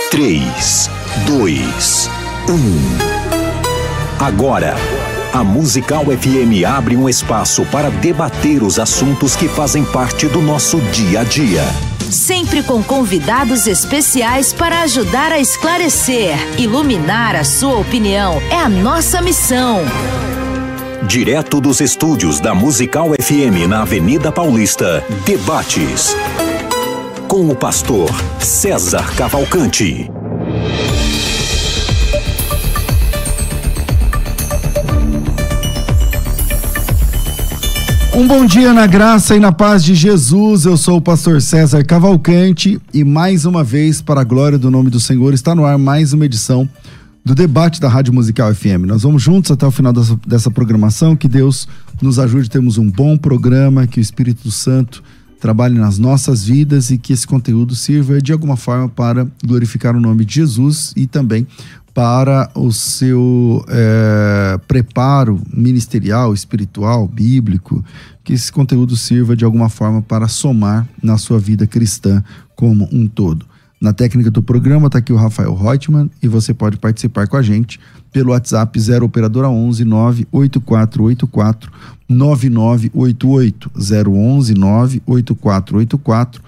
3, 2, 1. Agora, a Musical FM abre um espaço para debater os assuntos que fazem parte do nosso dia a dia. Sempre com convidados especiais para ajudar a esclarecer, iluminar a sua opinião. É a nossa missão. Direto dos estúdios da Musical FM na Avenida Paulista, debates com o pastor César Cavalcante. Um bom dia na graça e na paz de Jesus. Eu sou o pastor César Cavalcante e mais uma vez, para a glória do nome do Senhor, está no ar mais uma edição do debate da Rádio Musical FM. Nós vamos juntos até o final dessa programação. Que Deus nos ajude a termos um bom programa, que o Espírito Santo trabalhe nas nossas vidas e que esse conteúdo sirva de alguma forma para glorificar o nome de Jesus e também para o seu preparo ministerial, espiritual, bíblico, que esse conteúdo sirva de alguma forma para somar na sua vida cristã como um todo. Na técnica do programa está aqui o Rafael Reutemann e você pode participar com a gente pelo WhatsApp 0 operadora 11 98484 9988 011 98484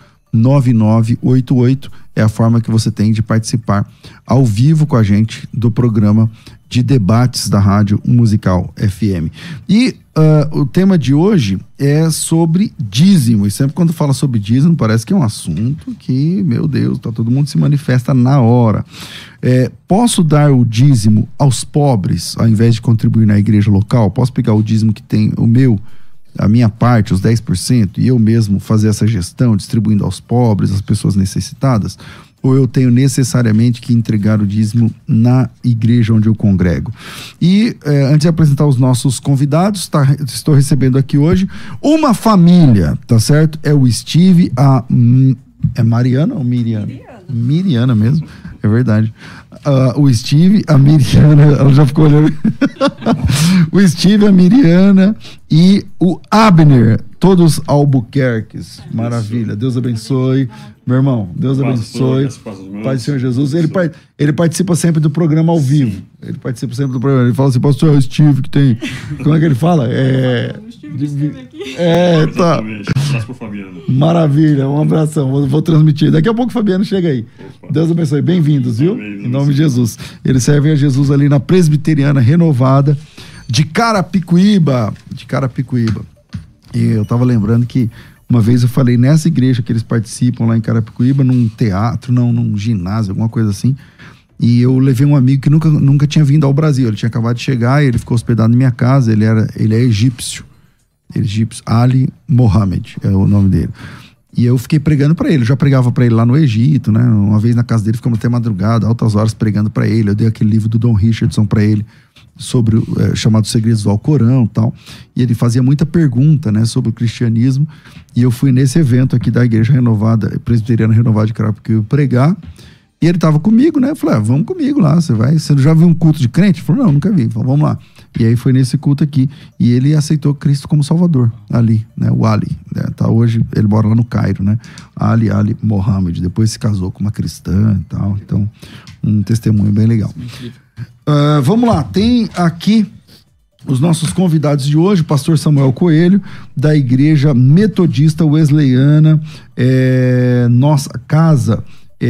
9988 é a forma que você tem de participar ao vivo com a gente do programa de debates da Rádio Musical FM. E o tema de hoje é sobre dízimo. E sempre quando fala sobre dízimo parece que é um assunto que, meu Deus, todo mundo se manifesta na hora. Posso dar o dízimo aos pobres ao invés de contribuir na igreja local? Posso pegar o dízimo que tem a minha parte, os 10%, e eu mesmo fazer essa gestão, distribuindo aos pobres, às pessoas necessitadas? Ou eu tenho necessariamente que entregar o dízimo na igreja onde eu congrego? E antes de apresentar os nossos convidados, estou recebendo aqui hoje uma família, tá certo? É o Steve, é Mariana ou Miriana? Miriana mesmo, é verdade. O Steve, a Miriana, ela já ficou olhando. O Steve, a Miriana e o Abner, todos Albuquerques. Maravilha, Deus abençoe. Meu irmão, Deus abençoe. Pai do Senhor Jesus. Ele participa sempre do programa ao vivo. Ele participa sempre do programa. Ele fala assim, pastor, é o Steve que tem... Como é que ele fala? O Steve esteve aqui. Tá. Um abraço pro Fabiano. Maravilha, um abração. Vou transmitir. Daqui a pouco o Fabiano chega aí. Opa. Deus abençoe. Bem-vindos, viu? Em nome de Jesus. Eles servem a Jesus ali na Presbiteriana Renovada de Carapicuíba. E eu tava lembrando que uma vez eu falei nessa igreja que eles participam lá em Carapicuíba, num teatro, num ginásio, alguma coisa assim. E eu levei um amigo que nunca tinha vindo ao Brasil. Ele tinha acabado de chegar e ele ficou hospedado na minha casa. Ele é egípcio. Ali Mohammed é o nome dele. E eu fiquei pregando para ele. Eu já pregava para ele lá no Egito, né? Uma vez na casa dele, ficamos até madrugada, altas horas pregando para ele. Eu dei aquele livro do Don Richardson para ele, sobre chamado Segredos do Alcorão e tal, e ele fazia muita pergunta, né, sobre o cristianismo, e eu fui nesse evento aqui da Igreja Renovada, Presbiteriana Renovada de Carapicuíba, pregar, e ele tava comigo, né, eu falei, vamos comigo lá, você já viu um culto de crente? Ele falou, não, nunca vi, então vamos lá. E aí foi nesse culto aqui, e ele aceitou Cristo como Salvador, ali, né, o Ali, né, hoje ele mora lá no Cairo, né, Ali Mohammed, depois se casou com uma cristã e tal, então um testemunho bem legal. Vamos lá, tem aqui os nossos convidados de hoje, o pastor Samuel Coelho, da Igreja Metodista Wesleyana, nossa casa,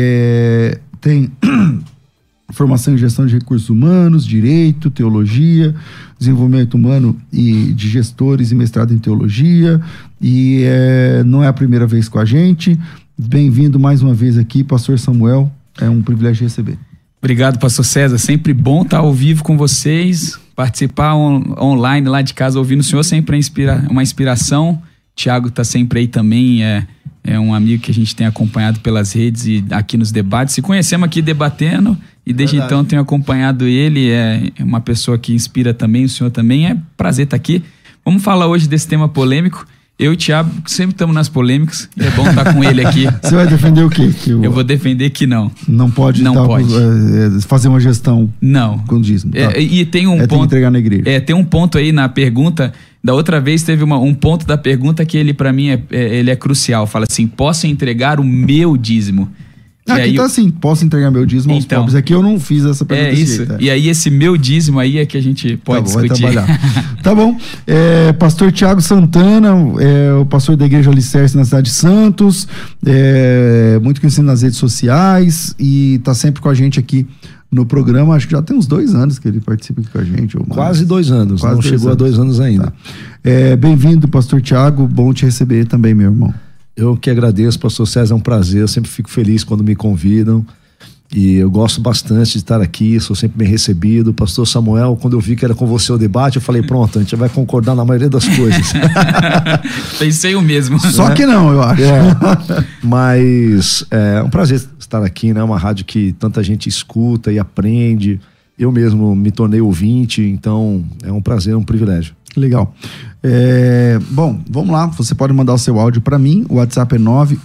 tem formação em gestão de recursos humanos, direito, teologia, desenvolvimento humano e de gestores e mestrado em teologia, e não é a primeira vez com a gente. Bem-vindo mais uma vez aqui, pastor Samuel, é um privilégio receber. Obrigado, pastor César, sempre bom estar ao vivo com vocês, participar online lá de casa ouvindo o senhor, sempre é uma inspiração. Tiago está sempre aí também, é um amigo que a gente tem acompanhado pelas redes e aqui nos debates, se conhecemos aqui debatendo e desde então tenho acompanhado ele, é uma pessoa que inspira também, o senhor também, é prazer estar aqui. Vamos falar hoje desse tema polêmico. Eu e o Thiago sempre estamos nas polêmicas e é bom estar com ele aqui. Você vai defender o quê? Eu vou defender que não. Não pode fazer uma gestão com dízimo. Tá? E tem um ponto. Tem que entregar na igreja. Tem um ponto aí na pergunta. Da outra vez teve um ponto da pergunta que ele, para mim, ele é crucial. Fala assim: posso entregar o meu dízimo? Aqui tá assim, posso entregar meu dízimo aos pobres. Aqui eu não fiz essa pergunta. É isso. E aí esse meu dízimo aí é que a gente pode discutir. Vai trabalhar. Tá bom. Pastor Tiago Santana, o pastor da Igreja Alicerce na cidade de Santos, muito conhecido nas redes sociais e tá sempre com a gente aqui no programa. Acho que já tem uns 2 anos que ele participa aqui com a gente. Ou mais. Quase 2 anos, Quase não chegou a 2 anos ainda. Tá. Bem-vindo, pastor Tiago, bom te receber também, meu irmão. Eu que agradeço, pastor César, é um prazer, eu sempre fico feliz quando me convidam e eu gosto bastante de estar aqui, sou sempre bem recebido. Pastor Samuel, quando eu vi que era com você o debate, eu falei, pronto, a gente vai concordar na maioria das coisas. Pensei o mesmo. Só que não, eu acho. Mas é um prazer estar aqui, né? Uma rádio que tanta gente escuta e aprende. Eu mesmo me tornei ouvinte, então é um prazer, é um privilégio. Legal. Bom, vamos lá. Você pode mandar o seu áudio para mim. O WhatsApp é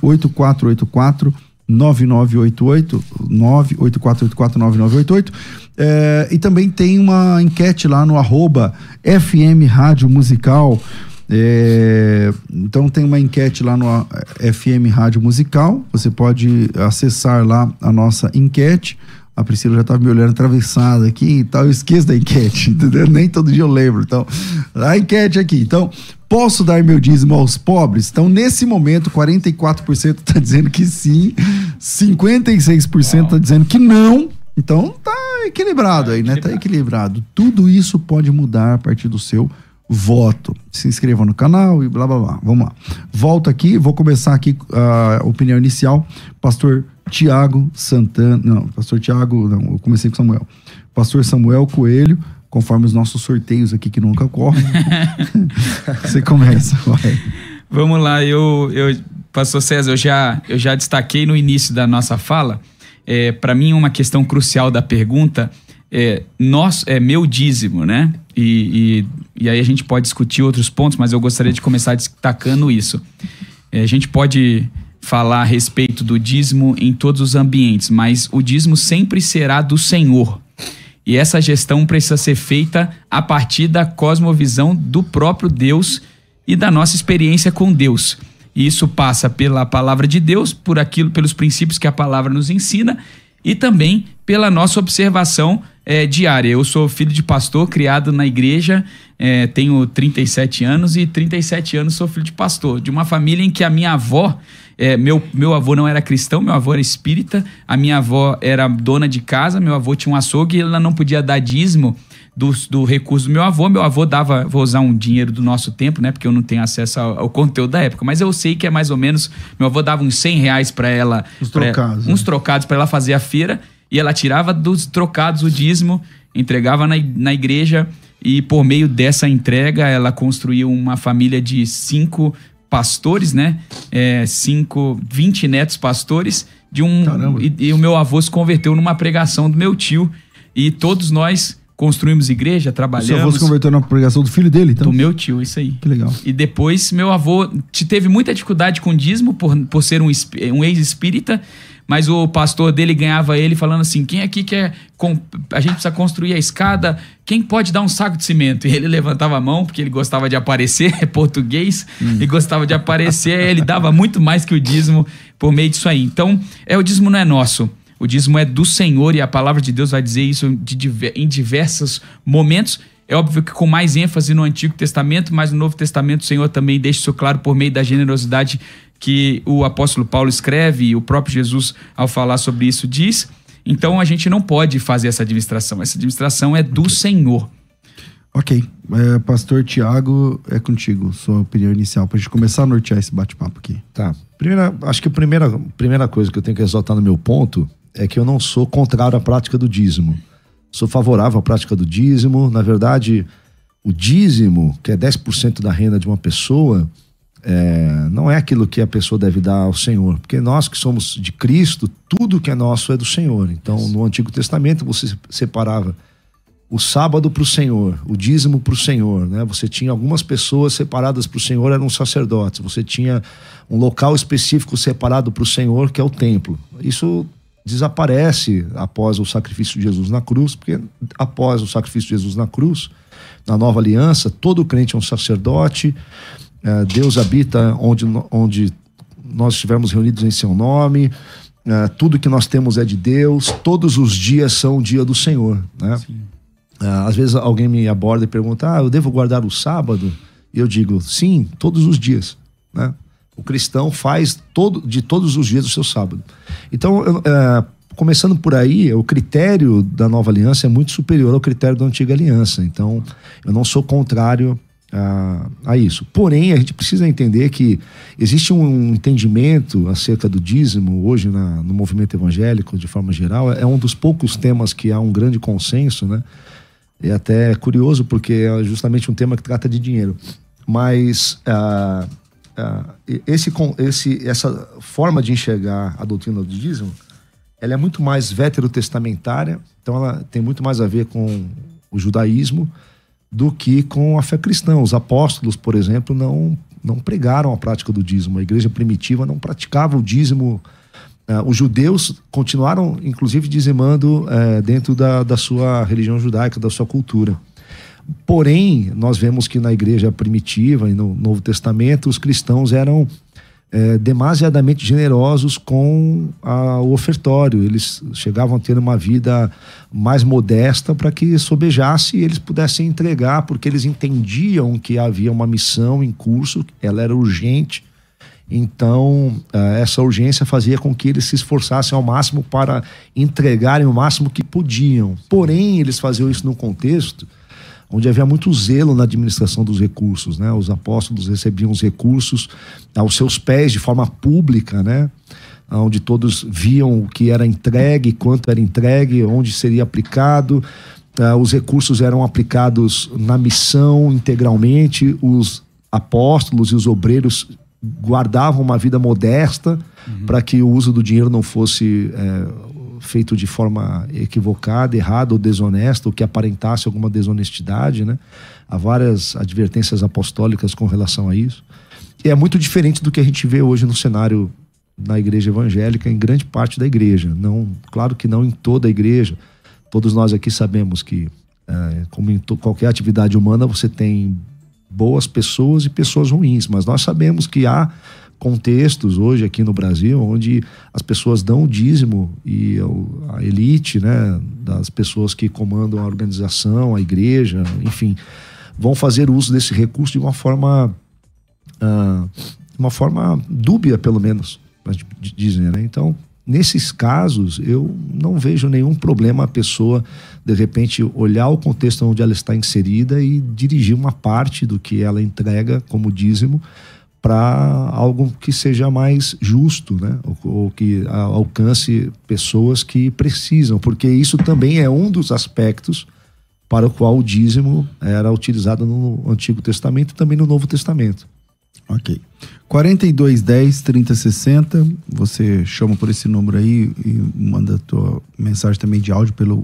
98484-9988. 98484-9988. E também tem uma enquete lá no @FM Rádio Musical. Então tem uma enquete lá no FM Rádio Musical. Você pode acessar lá a nossa enquete. A Priscila já estava me olhando atravessada aqui e tal, eu esqueço da enquete, entendeu? Nem todo dia eu lembro. Então, a enquete aqui. Então, posso dar meu dízimo aos pobres? Então, nesse momento, 44% está dizendo que sim, 56% está dizendo que não. Então, tá equilibrado aí, né? Tá equilibrado. Tudo isso pode mudar a partir do seu voto. Se inscreva no canal e blá, blá, blá. Vamos lá. Volto aqui, vou começar aqui a opinião inicial. Pastor Tiago Santana, eu comecei com Samuel. Pastor Samuel Coelho, conforme os nossos sorteios aqui que nunca ocorrem. Você começa, vai. Vamos lá, Pastor César, eu já destaquei no início da nossa fala, para mim uma questão crucial da pergunta é meu dízimo, né? E aí a gente pode discutir outros pontos, mas eu gostaria de começar destacando isso. A gente pode falar a respeito do dízimo em todos os ambientes, mas o dízimo sempre será do Senhor. E essa gestão precisa ser feita a partir da cosmovisão do próprio Deus e da nossa experiência com Deus. E isso passa pela palavra de Deus, pelos princípios que a palavra nos ensina e também pela nossa observação diária. Eu sou filho de pastor, criado na igreja, tenho 37 anos e 37 anos sou filho de pastor, de uma família em que a minha avó, meu avô não era cristão, meu avô era espírita, a minha avó era dona de casa, meu avô tinha um açougue e ela não podia dar dízimo do recurso do meu avô dava, vou usar um dinheiro do nosso tempo, né, porque eu não tenho acesso ao conteúdo da época, mas eu sei que é mais ou menos, meu avô dava uns R$100 para ela, uns trocados para ela fazer a feira, e ela tirava dos trocados o dízimo, entregava na igreja, e por meio dessa entrega ela construiu uma família de 5 pastores, né? 20 netos pastores, e o meu avô se converteu numa pregação do meu tio, e todos nós construímos igreja, trabalhamos. O seu avô se converteu na pregação do filho dele, então? Do meu tio, isso aí. Que legal. E depois meu avô teve muita dificuldade com dízimo por ser um ex-espírita, mas o pastor dele ganhava ele falando assim, quem aqui quer, a gente precisa construir a escada, quem pode dar um saco de cimento? E ele levantava a mão, porque ele gostava de aparecer, é português, e gostava de aparecer, ele dava muito mais que o dízimo por meio disso aí. Então, o dízimo não é nosso, o dízimo é do Senhor, e a palavra de Deus vai dizer isso em diversos momentos. É óbvio que com mais ênfase no Antigo Testamento, mas no Novo Testamento o Senhor também deixa isso claro por meio da generosidade que o apóstolo Paulo escreve, e o próprio Jesus, ao falar sobre isso, diz. Então a gente não pode fazer essa administração é do Senhor. Ok, pastor Tiago, é contigo, sua opinião inicial, pra gente começar a nortear esse bate-papo aqui. Tá, acho que a primeira coisa que eu tenho que ressaltar no meu ponto é que eu não sou contrário à prática do dízimo. Sou favorável à prática do dízimo. Na verdade, o dízimo, que é 10% da renda de uma pessoa, não é aquilo que a pessoa deve dar ao Senhor, porque nós que somos de Cristo, tudo que é nosso é do Senhor. Então, no Antigo Testamento, você separava o sábado para o Senhor, o dízimo para o Senhor, né? Você tinha algumas pessoas separadas para o Senhor, eram sacerdotes. Você tinha um local específico separado para o Senhor, que é o templo. Isso desaparece após o sacrifício de Jesus na cruz, porque após o sacrifício de Jesus na cruz, na nova aliança, todo crente é um sacerdote. Deus habita onde nós estivermos reunidos em seu nome. tudo que nós temos é de Deus, todos os dias são o dia do Senhor, né? Às vezes alguém me aborda e pergunta, eu devo guardar o sábado? E eu digo, sim, todos os dias, né? O cristão faz de todos os dias o seu sábado. Então, começando por aí, o critério da nova aliança é muito superior ao critério da antiga aliança. Então, eu não sou contrário a isso. Porém, a gente precisa entender que existe um entendimento acerca do dízimo hoje no movimento evangélico, de forma geral. É um dos poucos temas que há um grande consenso, né? É até curioso, porque é justamente um tema que trata de dinheiro. Mas essa forma de enxergar a doutrina do dízimo, ela é muito mais veterotestamentária, então ela tem muito mais a ver com o judaísmo do que com a fé cristã. Os apóstolos, por exemplo, não pregaram a prática do dízimo. A igreja primitiva não praticava o dízimo. Os judeus continuaram, inclusive, dizimando dentro da sua religião judaica, da sua cultura. Porém, nós vemos que na igreja primitiva e no Novo Testamento, os cristãos eram demasiadamente generosos com o ofertório. Eles chegavam a ter uma vida mais modesta para que sobejasse e eles pudessem entregar, porque eles entendiam que havia uma missão em curso, ela era urgente. Então, essa urgência fazia com que eles se esforçassem ao máximo para entregarem o máximo que podiam. Porém, eles faziam isso num contexto onde havia muito zelo na administração dos recursos, né? Os apóstolos recebiam os recursos aos seus pés de forma pública, né? Onde todos viam o que era entregue, quanto era entregue, onde seria aplicado. Os recursos eram aplicados na missão integralmente. Os apóstolos e os obreiros guardavam uma vida modesta para que o uso do dinheiro não fosse feito de forma equivocada, errada ou desonesta, ou que aparentasse alguma desonestidade, né? Há várias advertências apostólicas com relação a isso. E é muito diferente do que a gente vê hoje no cenário na igreja evangélica, em grande parte da igreja. Não, claro que não em toda a igreja. Todos nós aqui sabemos que, como em qualquer atividade humana, você tem boas pessoas e pessoas ruins, mas nós sabemos que há contextos hoje aqui no Brasil onde as pessoas dão o dízimo e a elite, né, das pessoas que comandam a organização, a igreja, enfim, vão fazer uso desse recurso de uma forma dúbia, pelo menos, dizem, né? Então, nesses casos, eu não vejo nenhum problema a pessoa, de repente, olhar o contexto onde ela está inserida e dirigir uma parte do que ela entrega como dízimo para algo que seja mais justo, né? Ou que alcance pessoas que precisam, porque isso também é um dos aspectos para o qual o dízimo era utilizado no Antigo Testamento e também no Novo Testamento. Ok. 4210-3060, você chama por esse número aí e manda a tua mensagem também de áudio pelo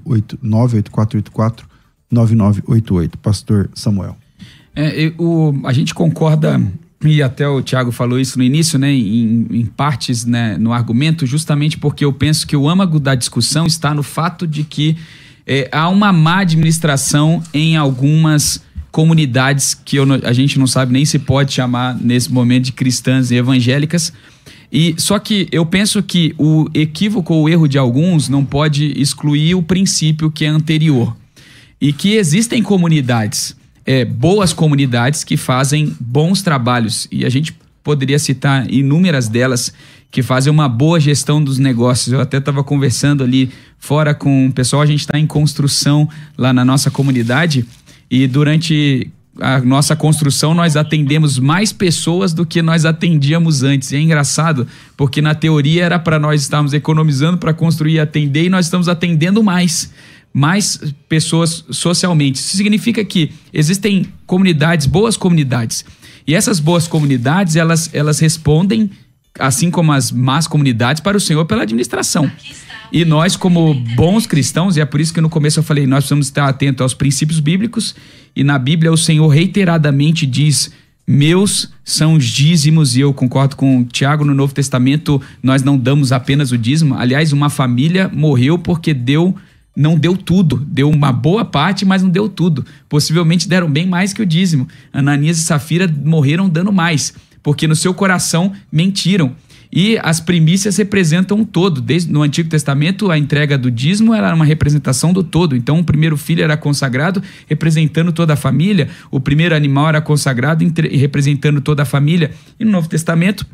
98484-9988. Pastor Samuel. A gente concorda, e até o Tiago falou isso no início, né, em partes, né, no argumento, justamente porque eu penso que o âmago da discussão está no fato de que há uma má administração em algumas comunidades que a gente não sabe nem se pode chamar nesse momento de cristãs e evangélicas. E só que eu penso que o equívoco ou o erro de alguns não pode excluir o princípio que é anterior. E que existem comunidades, boas comunidades que fazem bons trabalhos. E a gente poderia citar inúmeras delas que fazem uma boa gestão dos negócios. Eu até estava conversando ali fora com o pessoal, a gente está em construção lá na nossa comunidade. E durante a nossa construção nós atendemos mais pessoas do que nós atendíamos antes. E é engraçado, porque na teoria era para nós estarmos economizando para construir e atender, e nós estamos atendendo mais pessoas socialmente. Isso significa que existem comunidades, boas comunidades. E essas boas comunidades, elas respondem, assim como as más comunidades, para o Senhor pela administração. E nós, como bons cristãos, e é por isso que no começo eu falei, nós precisamos estar atentos aos princípios bíblicos, e na Bíblia o Senhor reiteradamente diz: meus são os dízimos, e eu concordo com o Tiago, no Novo Testamento nós não damos apenas o dízimo. Aliás, uma família morreu porque não deu tudo, deu uma boa parte, mas não deu tudo. Possivelmente deram bem mais que o dízimo. Ananias e Safira morreram dando mais, porque no seu coração mentiram. E as primícias representam um todo. Desde no Antigo Testamento, a entrega do dízimo era uma representação do todo. Então, o primeiro filho era consagrado, representando toda a família. O primeiro animal era consagrado, representando toda a família. E no Novo Testamento,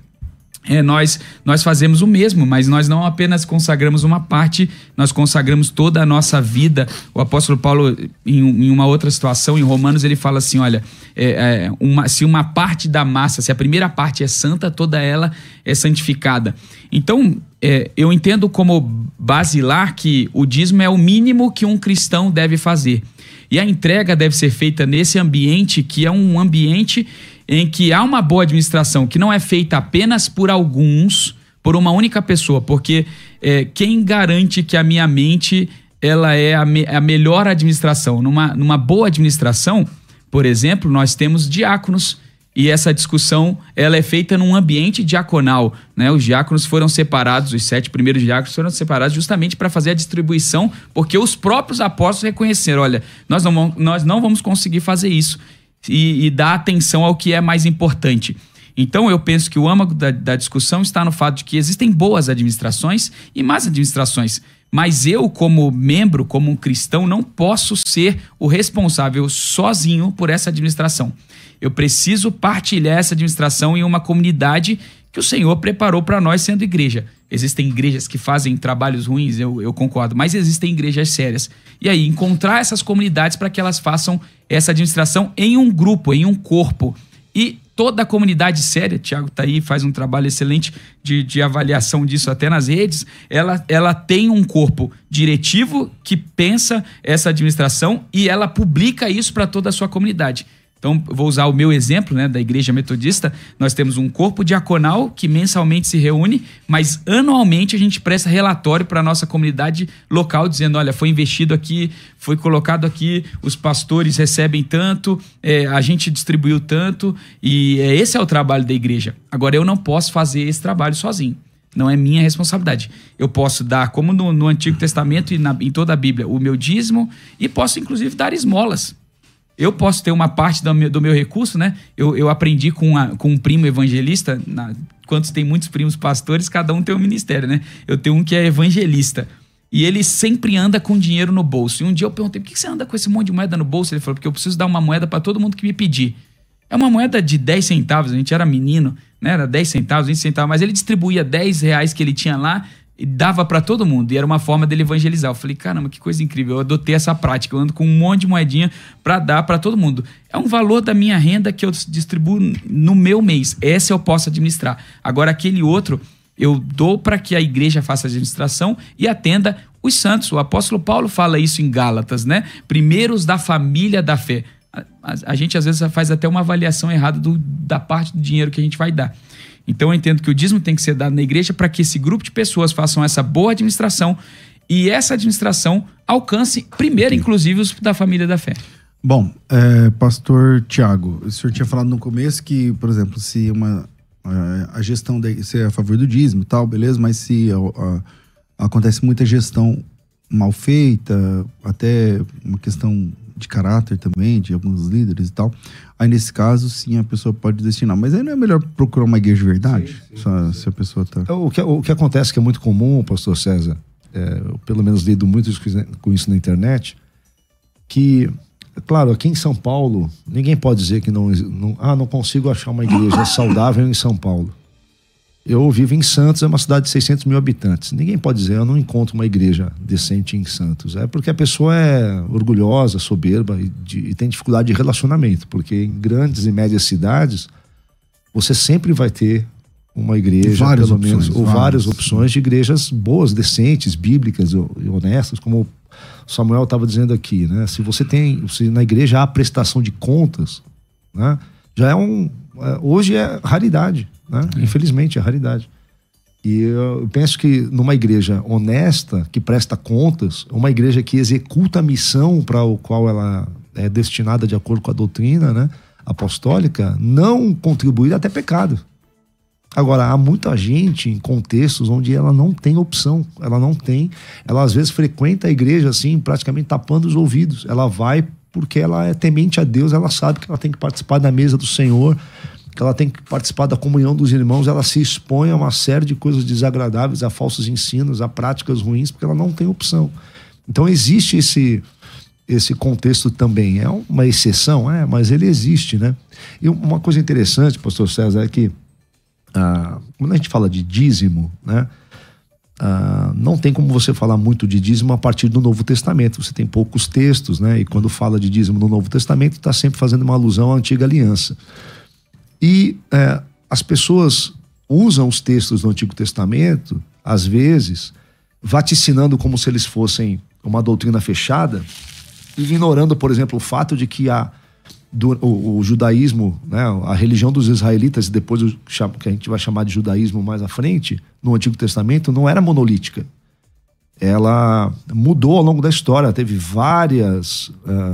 nós fazemos o mesmo, mas nós não apenas consagramos uma parte, nós consagramos toda a nossa vida. O apóstolo Paulo, em uma outra situação, em Romanos, ele fala assim, olha, se uma parte da massa, se a primeira parte é santa, toda ela é santificada. Então, eu entendo como basilar que o dízimo é o mínimo que um cristão deve fazer. E a entrega deve ser feita nesse ambiente, que é um ambiente em que há uma boa administração, que não é feita apenas por alguns, por uma única pessoa, porque quem garante que a minha mente ela é a melhor administração? Numa boa administração, por exemplo, nós temos diáconos, e essa discussão ela é feita num ambiente diaconal, né? Os diáconos foram separados, os 7 primeiros diáconos foram separados justamente para fazer a distribuição, porque os próprios apóstolos reconheceram, olha, nós não vamos conseguir fazer isso, e dar atenção ao que é mais importante. Então eu penso que o âmago da discussão está no fato de que existem boas administrações e más administrações, mas eu, como membro, como um cristão, não posso ser o responsável sozinho por essa administração. Eu preciso partilhar essa administração em uma comunidade que o Senhor preparou para nós sendo igreja. Existem igrejas que fazem trabalhos ruins, eu concordo, mas existem igrejas sérias. E aí, encontrar essas comunidades para que elas façam essa administração em um grupo, em um corpo. E toda a comunidade séria, Tiago está aí, faz um trabalho excelente de avaliação disso até nas redes, ela tem um corpo diretivo que pensa essa administração e ela publica isso para toda a sua comunidade. Então, vou usar o meu exemplo, né, da Igreja Metodista. Nós temos um corpo diaconal que mensalmente se reúne, mas anualmente a gente presta relatório para a nossa comunidade local, dizendo, olha, foi investido aqui, foi colocado aqui, os pastores recebem tanto, a gente distribuiu tanto, e esse é o trabalho da igreja. Agora, eu não posso fazer esse trabalho sozinho. Não é minha responsabilidade. Eu posso dar, como no Antigo Testamento e em toda a Bíblia, o meu dízimo, e posso, inclusive, dar esmolas. Eu posso ter uma parte do meu recurso, né? Eu aprendi com um primo evangelista, quando tem muitos primos pastores, cada um tem um ministério, né? Eu tenho um que é evangelista. E ele sempre anda com dinheiro no bolso. E um dia eu perguntei, por que você anda com esse monte de moeda no bolso? Ele falou, porque eu preciso dar uma moeda para todo mundo que me pedir. É uma moeda de 10 centavos, a gente era menino, né? Era 10 centavos, 20 centavos, mas ele distribuía 10 reais que ele tinha lá e dava para todo mundo, e era uma forma dele evangelizar. Eu falei, caramba, que coisa incrível, eu adotei essa prática, eu ando com um monte de moedinha para dar para todo mundo. É um valor da minha renda que eu distribuo no meu mês, esse eu posso administrar. Agora, aquele outro, eu dou para que a igreja faça a administração e atenda os santos. O apóstolo Paulo fala isso em Gálatas, né? Primeiros da família da fé. A gente às vezes faz até uma avaliação errada da parte do dinheiro que a gente vai dar. Então eu entendo que o dízimo tem que ser dado na igreja para que esse grupo de pessoas façam essa boa administração e essa administração alcance primeiro, inclusive, os da família da fé. Bom, pastor Tiago, o senhor tinha falado no começo que, por exemplo, se a gestão se é a favor do dízimo e tal, beleza, mas se acontece muita gestão mal feita, até uma questão de caráter também, de alguns líderes e tal, aí nesse caso sim a pessoa pode destinar, mas aí não é melhor procurar uma igreja de verdade? Sim. Se a pessoa tá... O que acontece que é muito comum, pastor César, eu pelo menos lido muito com isso na internet, que, claro, aqui em São Paulo, ninguém pode dizer que não consigo achar uma igreja saudável em São Paulo. Eu vivo em Santos, é uma cidade de 600 mil habitantes. Ninguém pode dizer, eu não encontro uma igreja decente em Santos. É porque a pessoa é orgulhosa, soberba e tem dificuldade de relacionamento. Porque em grandes e médias cidades, você sempre vai ter uma igreja, várias opções de igrejas boas, decentes, bíblicas e honestas, como o Samuel estava dizendo aqui, né? Se na igreja há prestação de contas, né? Já hoje é raridade. Né? Infelizmente é raridade. E eu penso que numa igreja honesta, que presta contas, uma igreja que executa a missão para o qual ela é destinada de acordo com a doutrina, né, apostólica, não contribui até pecado. Agora, há muita gente em contextos onde ela não tem opção, ela às vezes frequenta a igreja assim, praticamente tapando os ouvidos. Ela vai porque ela é temente a Deus, ela sabe que ela tem que participar da mesa do Senhor, que ela tem que participar da comunhão dos irmãos, ela se expõe a uma série de coisas desagradáveis, a falsos ensinos, a práticas ruins, porque ela não tem opção. Então existe esse contexto também. É uma exceção, mas ele existe, né? E uma coisa interessante, pastor César, é que quando a gente fala de dízimo, né? Não tem como você falar muito de dízimo a partir do Novo Testamento. Você tem poucos textos, né? E quando fala de dízimo no Novo Testamento, está sempre fazendo uma alusão à antiga aliança. E as pessoas usam os textos do Antigo Testamento, às vezes, vaticinando como se eles fossem uma doutrina fechada, ignorando, por exemplo, o fato de que o judaísmo, né, a religião dos israelitas, e depois o que a gente vai chamar de judaísmo mais à frente, no Antigo Testamento, não era monolítica. Ela mudou ao longo da história, teve várias,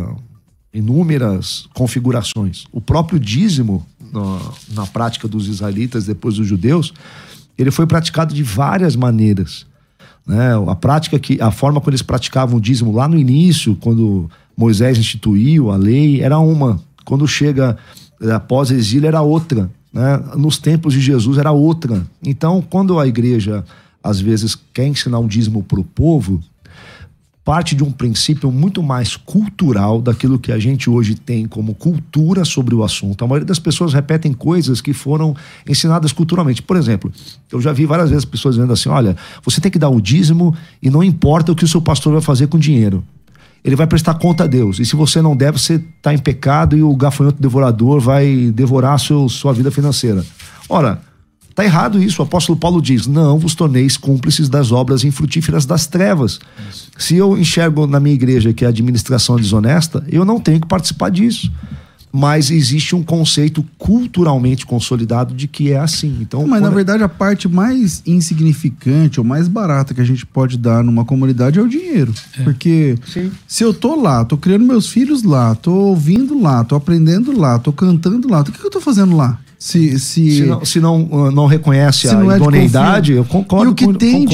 inúmeras configurações. O próprio dízimo, na prática dos israelitas, depois dos judeus, ele foi praticado de várias maneiras, né? A forma como eles praticavam o dízimo lá no início, quando Moisés instituiu a lei, era uma. Quando chega após exílio, era outra, né? Nos tempos de Jesus era outra. Então, quando a igreja às vezes quer ensinar um dízimo para o povo, parte de um princípio muito mais cultural daquilo que a gente hoje tem como cultura sobre o assunto. A maioria das pessoas repetem coisas que foram ensinadas culturalmente. Por exemplo, eu já vi várias vezes pessoas dizendo assim, olha, você tem que dar o dízimo e não importa o que o seu pastor vai fazer com o dinheiro. Ele vai prestar conta a Deus. E se você não der, você está em pecado e o gafanhoto devorador vai devorar sua vida financeira. Ora, está errado isso. O apóstolo Paulo diz, não vos torneis cúmplices das obras infrutíferas das trevas. Isso. Se eu enxergo na minha igreja que a administração é desonesta, eu não tenho que participar disso. Mas existe um conceito culturalmente consolidado de que é assim. Então, mas na verdade a parte mais insignificante ou mais barata que a gente pode dar numa comunidade é o dinheiro. Porque se eu tô lá, tô criando meus filhos lá, tô ouvindo lá, tô aprendendo lá, tô cantando lá, o que eu tô fazendo lá? Se não reconhece a idoneidade, eu concordo. E o que tem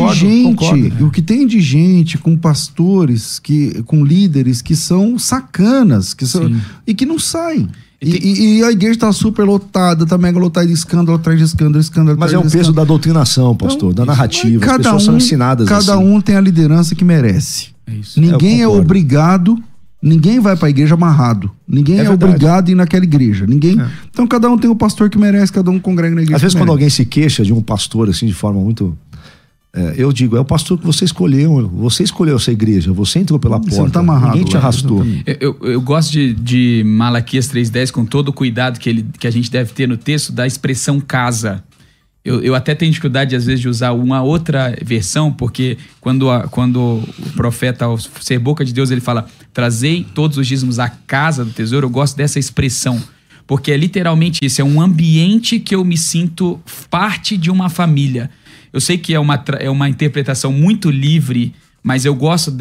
de gente com pastores, com líderes que são sacanas, e que não saem. E a igreja tá super lotada, tá mega lotada de escândalo atrás de escândalo. Mas é o peso da doutrinação, pastor, da narrativa. As pessoas são ensinadas assim. Cada um tem a liderança que merece. É isso. Ninguém é obrigado. Ninguém vai pra igreja amarrado. Ninguém é obrigado a ir naquela igreja. Então cada um tem o pastor que merece, cada um congrega na igreja. Às vezes quando alguém se queixa de um pastor assim de forma muito... eu digo, é o pastor que você escolheu. Você escolheu essa igreja, você entrou pela porta. Você não tá amarrado, ninguém te arrastou. Eu gosto de Malaquias 3:10 com todo o cuidado que a gente deve ter no texto da expressão casa. Eu até tenho dificuldade, às vezes, de usar uma outra versão, porque quando o profeta, ao ser boca de Deus, ele fala, trazei todos os dízimos à casa do tesouro, eu gosto dessa expressão, porque é literalmente isso, é um ambiente que eu me sinto parte de uma família. Eu sei que é uma interpretação muito livre, mas eu gosto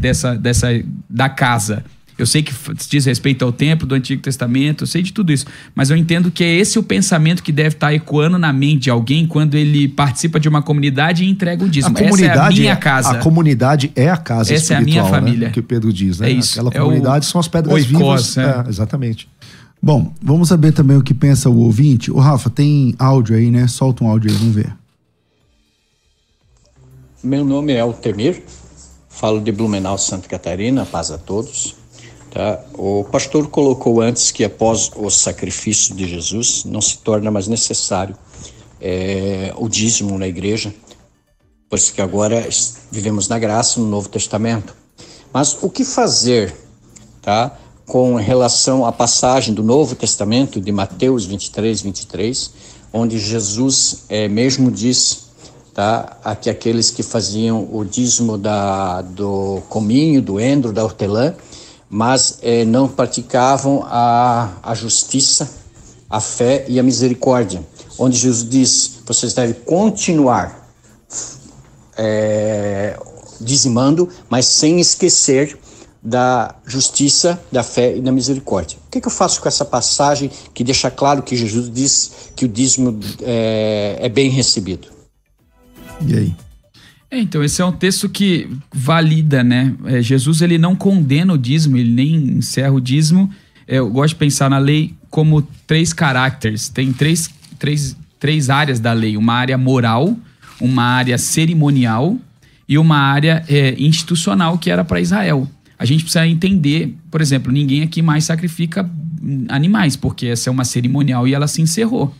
da casa. Eu sei que diz respeito ao templo do Antigo Testamento, eu sei de tudo isso, mas eu entendo que é esse o pensamento que deve estar ecoando na mente de alguém quando ele participa de uma comunidade e entrega o dízimo. Essa é a minha casa. A comunidade é a casa essa espiritual, é a minha família. Né? Que o Pedro diz, né? É isso. Aquela comunidade são as pedras vivas. Exatamente. Bom, vamos saber também o que pensa o ouvinte. O Rafa, tem áudio aí, né? Solta um áudio aí, vamos ver. Meu nome é Altemir, falo de Blumenau, Santa Catarina, paz a todos. Tá? O pastor colocou antes que após o sacrifício de Jesus não se torna mais necessário o dízimo na igreja, pois que agora vivemos na graça no Novo Testamento. Mas o que fazer, tá? Com relação à passagem do Novo Testamento de Mateus 23, onde Jesus mesmo diz, tá? Que aqueles que faziam o dízimo do cominho, do endro, da hortelã, mas não praticavam a justiça, a fé e a misericórdia. Onde Jesus diz, vocês devem continuar dizimando, mas sem esquecer da justiça, da fé e da misericórdia. O que eu faço com essa passagem que deixa claro que Jesus diz que o dízimo é bem recebido? E aí? Então, esse é um texto que valida, né? Jesus, ele não condena o dízimo, ele nem encerra o dízimo. eu gosto de pensar na lei como 3 caracteres. Tem três áreas da lei. Uma área moral, uma área cerimonial e uma área institucional, que era para Israel. A gente precisa entender, por exemplo, ninguém aqui mais sacrifica animais, porque essa é uma cerimonial e ela se encerrou.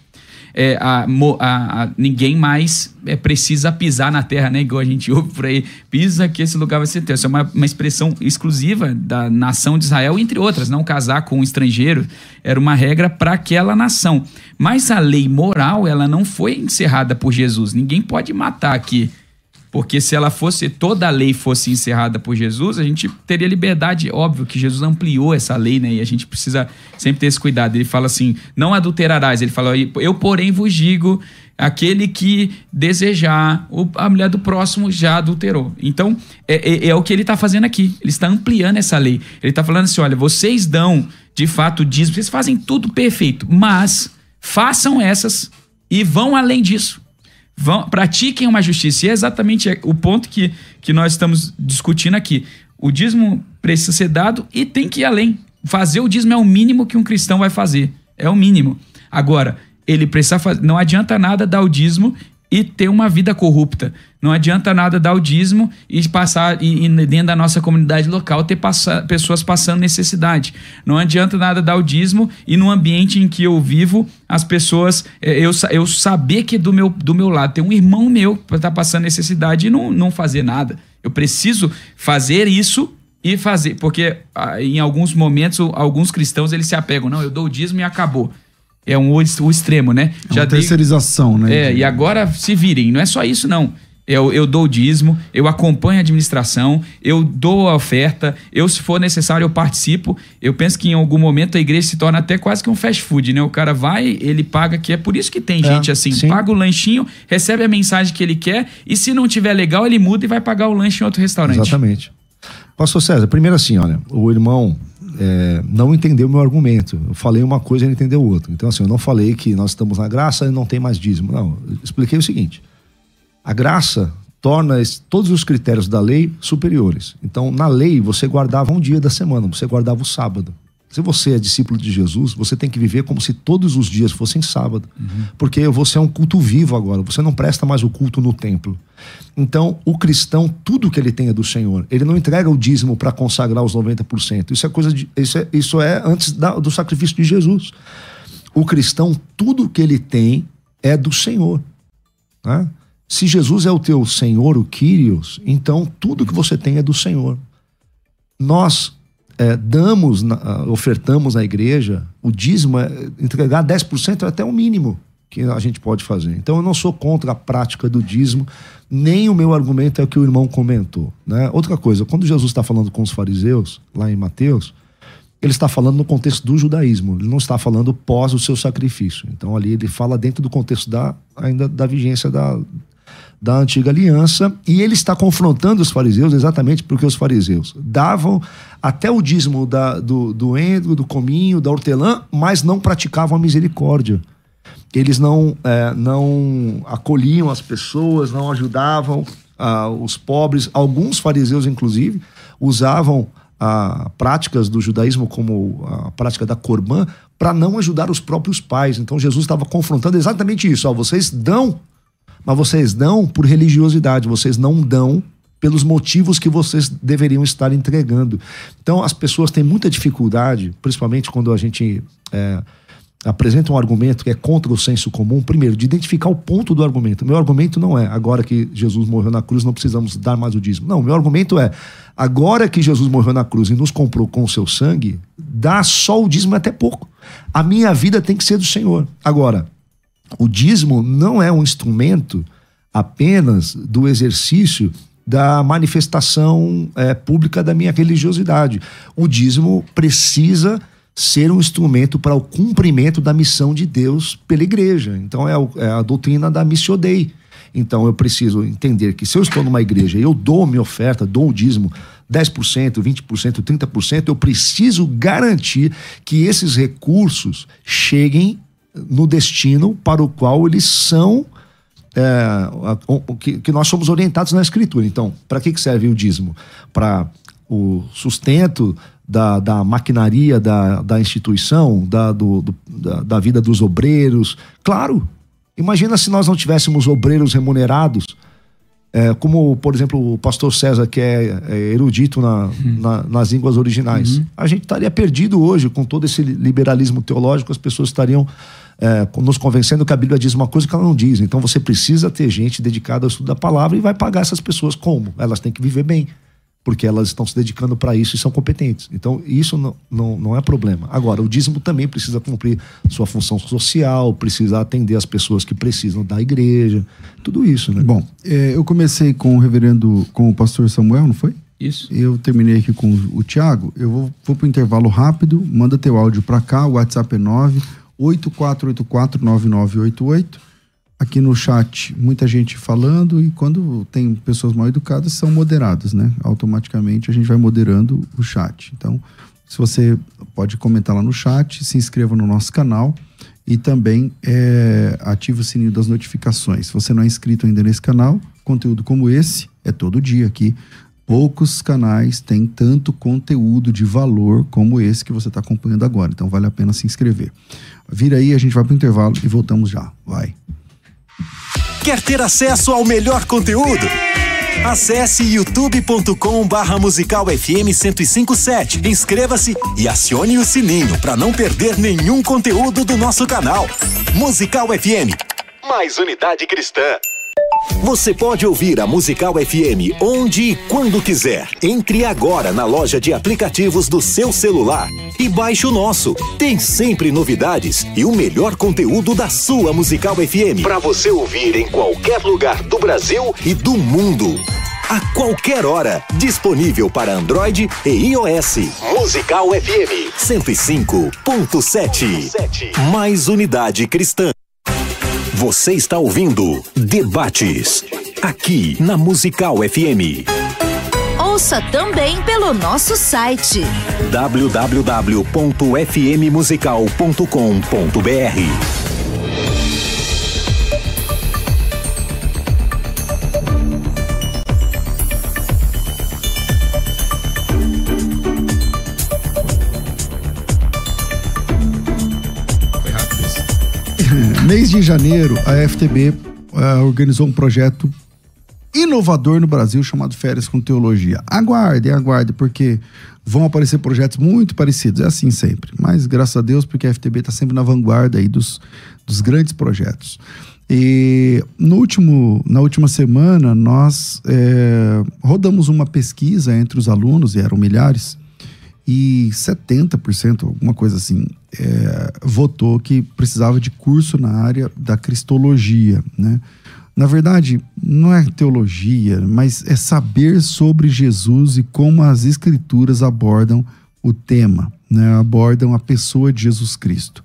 Ninguém mais precisa pisar na terra, né? Igual a gente ouve por aí, pisa que esse lugar vai ser teu. Isso é uma expressão exclusiva da nação de Israel, entre outras. Não casar com um estrangeiro era uma regra para aquela nação. Mas a lei moral, ela não foi encerrada por Jesus. Ninguém pode matar aqui. Porque se toda a lei fosse encerrada por Jesus, a gente teria liberdade. Óbvio que Jesus ampliou essa lei, né? E a gente precisa sempre ter esse cuidado. Ele fala assim, não adulterarás. Ele fala, eu porém vos digo, aquele que desejar, a mulher do próximo já adulterou. Então, é o que ele está fazendo aqui. Ele está ampliando essa lei. Ele está falando assim, olha, vocês dão, de fato, dízimo, vocês fazem tudo perfeito, mas façam essas e vão além disso. Pratiquem uma justiça. E é exatamente o ponto que nós estamos discutindo aqui. O dízimo precisa ser dado e tem que ir além. Fazer o dízimo é o mínimo que um cristão vai fazer. É o mínimo. Agora, ele precisa fazer. Não adianta nada dar o dízimo e ter uma vida corrupta. Não adianta nada dar o dízimo e passar e dentro da nossa comunidade local ter pessoas passando necessidade. Não adianta nada dar o dízimo e no ambiente em que eu vivo, as pessoas, eu saber que do meu lado tem um irmão meu que está passando necessidade e não fazer nada. Eu preciso fazer isso e fazer, porque em alguns momentos, alguns cristãos eles se apegam, não, eu dou o dízimo e acabou. É o extremo, né? Já terceirização, né? E agora se virem. Não é só isso, não. Eu dou o dízimo, eu acompanho a administração, eu dou a oferta, se for necessário, eu participo. Eu penso que em algum momento a igreja se torna até quase que um fast food, né? O cara vai, ele paga, que é por isso que tem gente assim, sim. Paga o lanchinho, recebe a mensagem que ele quer e se não tiver legal, ele muda e vai pagar o lanche em outro restaurante. Exatamente. Pastor César, primeiro assim, olha, o irmão não entendeu o meu argumento. Eu falei uma coisa e ele entendeu outra. Então assim, eu não falei que nós estamos na graça e não tem mais dízimo. Não, eu expliquei o seguinte. A graça torna todos os critérios da lei superiores. Então, na lei, você guardava um dia da semana, você guardava o sábado. Se você é discípulo de Jesus, você tem que viver como se todos os dias fossem sábado. Porque você é um culto vivo agora, você não presta mais o culto no templo. Então, o cristão, tudo que ele tem é do Senhor. Ele não entrega o dízimo para consagrar os 90%. Isso é antes do sacrifício de Jesus. O cristão, tudo que ele tem é do Senhor. Né? Se Jesus é o teu Senhor, o Kyrios, então tudo que você tem é do Senhor. Nós ofertamos à igreja, o dízimo, entregar 10% é até o mínimo que a gente pode fazer. Então eu não sou contra a prática do dízimo, nem o meu argumento é o que o irmão comentou. Né? Outra coisa, quando Jesus está falando com os fariseus, lá em Mateus, ele está falando no contexto do judaísmo, ele não está falando pós o seu sacrifício. Então ali ele fala dentro do contexto ainda da vigência da antiga aliança, e ele está confrontando os fariseus exatamente porque os fariseus davam até o dízimo do endro, do cominho, da hortelã, mas não praticavam a misericórdia. Eles não acolhiam as pessoas, não ajudavam os pobres. Alguns fariseus, inclusive, usavam práticas do judaísmo como a prática da corbã para não ajudar os próprios pais. Então Jesus estava confrontando exatamente isso. Vocês dão, mas vocês dão por religiosidade, vocês não dão pelos motivos que vocês deveriam estar entregando. Então as pessoas têm muita dificuldade, principalmente quando a gente apresenta um argumento que é contra o senso comum, primeiro, de identificar o ponto do argumento. Meu argumento não é, agora que Jesus morreu na cruz, não precisamos dar mais o dízimo. Não, meu argumento é, agora que Jesus morreu na cruz e nos comprou com o seu sangue, dá só o dízimo até pouco. A minha vida tem que ser do Senhor. Agora, o dízimo não é um instrumento apenas do exercício da manifestação pública da minha religiosidade. O dízimo precisa ser um instrumento para o cumprimento da missão de Deus pela igreja. Então é a doutrina da Missio Dei. Então eu preciso entender que se eu estou numa igreja e eu dou minha oferta, dou o dízimo 10%, 20%, 30%, eu preciso garantir que esses recursos cheguem no destino para o qual eles são, que nós somos orientados na Escritura. Então, para que serve o dízimo? Para o sustento da maquinaria da instituição, da vida dos obreiros. Claro, imagina se nós não tivéssemos obreiros remunerados, como, por exemplo, o pastor César, que é erudito nas línguas originais. A gente estaria perdido hoje com todo esse liberalismo teológico, as pessoas estariam nos convencendo que a Bíblia diz uma coisa que ela não diz. Então você precisa ter gente dedicada ao estudo da palavra e vai pagar essas pessoas como? Elas têm que viver bem, porque elas estão se dedicando para isso e são competentes. Então isso não é problema. Agora, o dízimo também precisa cumprir sua função social, precisa atender as pessoas que precisam da igreja, tudo isso, né? Bom, eu comecei com o pastor Samuel, não foi? Isso. Eu terminei aqui com o Thiago. Eu vou pro intervalo rápido, manda teu áudio para cá, o WhatsApp é 984849988. Aqui no chat, muita gente falando, e quando tem pessoas mal educadas, são moderadas, né? Automaticamente a gente vai moderando o chat. Então, se você pode comentar lá no chat, se inscreva no nosso canal e também ative o sininho das notificações. Se você não é inscrito ainda nesse canal, conteúdo como esse é todo dia aqui. Poucos canais têm tanto conteúdo de valor como esse que você está acompanhando agora. Então, vale a pena se inscrever. Vira aí, a gente vai pro intervalo e voltamos já. Vai! Quer ter acesso ao melhor conteúdo? Acesse youtube.com/Musical FM 1057. Inscreva-se e acione o sininho para não perder nenhum conteúdo do nosso canal. Musical FM, mais unidade cristã. Você pode ouvir a Musical FM onde e quando quiser. Entre agora na loja de aplicativos do seu celular e baixe o nosso. Tem sempre novidades e o melhor conteúdo da sua Musical FM para você ouvir em qualquer lugar do Brasil e do mundo. A qualquer hora, disponível para Android e iOS. Musical FM 105.7. Mais unidade cristã. Você está ouvindo Debates, aqui na Musical FM. Ouça também pelo nosso site www.fmmusical.com.br. Mês de janeiro, a FTB organizou um projeto inovador no Brasil chamado Férias com Teologia. Aguarde, porque vão aparecer projetos muito parecidos. É assim sempre. Mas graças a Deus, porque a FTB está sempre na vanguarda aí dos grandes projetos. E na última semana, nós rodamos uma pesquisa entre os alunos, e eram milhares, e 70%, alguma coisa assim, votou que precisava de curso na área da cristologia, né? Na verdade, não é teologia, mas é saber sobre Jesus e como as escrituras abordam o tema, né? Abordam a pessoa de Jesus Cristo.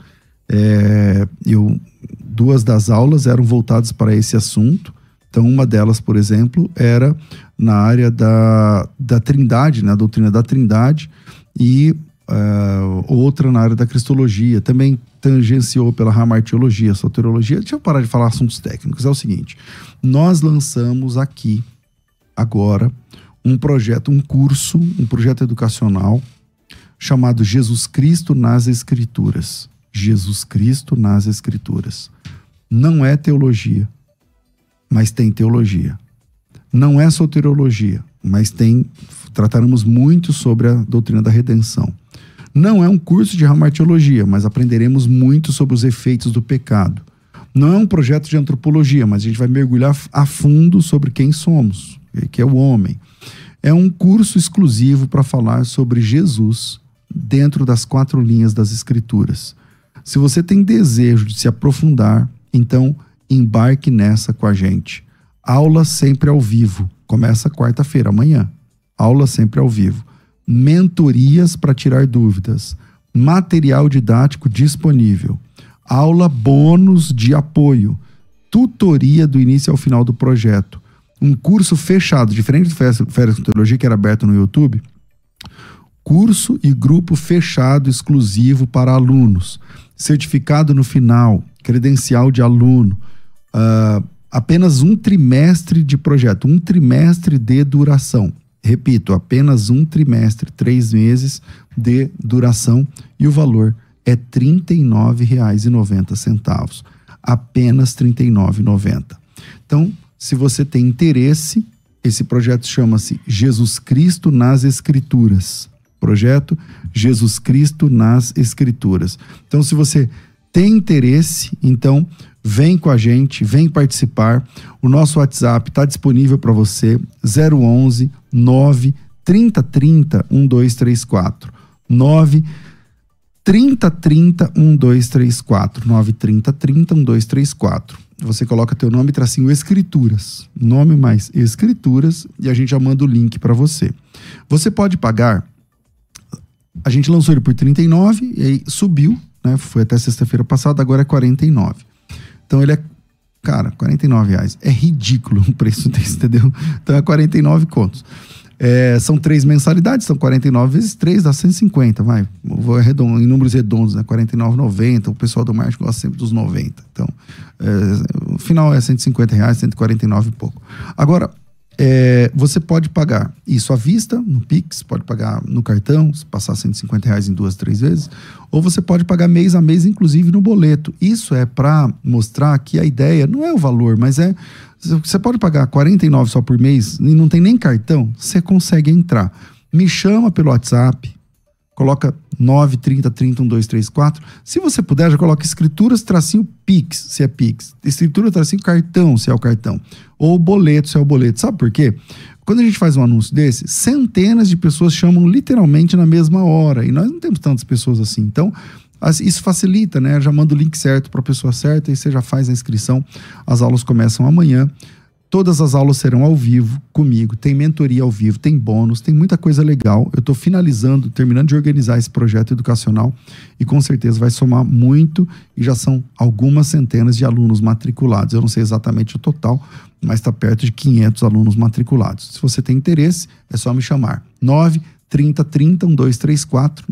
Duas das aulas eram voltadas para esse assunto. Então, uma delas, por exemplo, era na área da Trindade, né? A doutrina da Trindade, e outra na área da cristologia. Também tangenciou pela hamartiologia, soteriologia. Deixa eu parar de falar assuntos técnicos. É o seguinte, nós lançamos aqui, agora, um projeto educacional chamado Jesus Cristo nas Escrituras. Jesus Cristo nas Escrituras. Não é teologia, mas tem teologia. Não é soteriologia, mas trataremos muito sobre a doutrina da redenção. Não é um curso de hamartiologia, mas aprenderemos muito sobre os efeitos do pecado. Não é um projeto de antropologia, mas a gente vai mergulhar a fundo sobre quem somos, que é o homem. É um curso exclusivo para falar sobre Jesus dentro das 4 linhas das Escrituras. Se você tem desejo de se aprofundar, então embarque nessa com a gente. Aula sempre ao vivo. Começa quarta-feira, amanhã. Aula sempre ao vivo. Mentorias para tirar dúvidas. Material didático disponível. Aula bônus de apoio. Tutoria do início ao final do projeto. Um curso fechado, diferente do Férias com Teologia, que era aberto no YouTube. Curso e grupo fechado exclusivo para alunos. Certificado no final. Credencial de aluno. Apenas um trimestre de projeto, um trimestre de duração. Repito, apenas um trimestre, 3 meses de duração e o valor é R$ 39,90. Apenas R$ 39,90. Então, se você tem interesse, esse projeto chama-se Jesus Cristo nas Escrituras. Projeto Jesus Cristo nas Escrituras. Então, se você tem interesse, então vem com a gente, vem participar. O nosso WhatsApp está disponível para você, 011 93030 1234. 93030 1234. 93030 1234. Você coloca teu nome, tracinho Escrituras. Nome mais Escrituras e a gente já manda o link para você. Você pode pagar. A gente lançou ele por R$39 e aí subiu, né? Foi até sexta-feira passada, agora é R$49. Então ele é, cara, R$49. É ridículo o preço desse, entendeu? Então é 49 contos. São 3 mensalidades, são 49 vezes 3, dá 150, vai. Vou arredondar em números redondos, né? R$49,90. O pessoal do marketing gosta sempre dos 90. Então, o final é R$150, 149 e pouco. Agora, você pode pagar isso à vista, no Pix, pode pagar no cartão, se passar R$150 em 2, 3 vezes, ou você pode pagar mês a mês, inclusive no boleto. Isso é para mostrar que a ideia não é o valor, mas você pode pagar R$49 só por mês e não tem nem cartão, você consegue entrar. Me chama pelo WhatsApp, coloca 930301234. Se você puder, já coloca Escrituras tracinho Pix, se é Pix. Escritura tracinho cartão, se é o cartão. Ou boleto, se é o boleto. Sabe por quê? Quando a gente faz um anúncio desse, centenas de pessoas chamam literalmente na mesma hora. E nós não temos tantas pessoas assim. Então, isso facilita, né? Já manda o link certo para a pessoa certa e você já faz a inscrição. As aulas começam amanhã. Todas as aulas serão ao vivo comigo, tem mentoria ao vivo, tem bônus, tem muita coisa legal. Eu estou terminando de organizar esse projeto educacional e com certeza vai somar muito e já são algumas centenas de alunos matriculados. Eu não sei exatamente o total, mas está perto de 500 alunos matriculados. Se você tem interesse, é só me chamar. 930301234,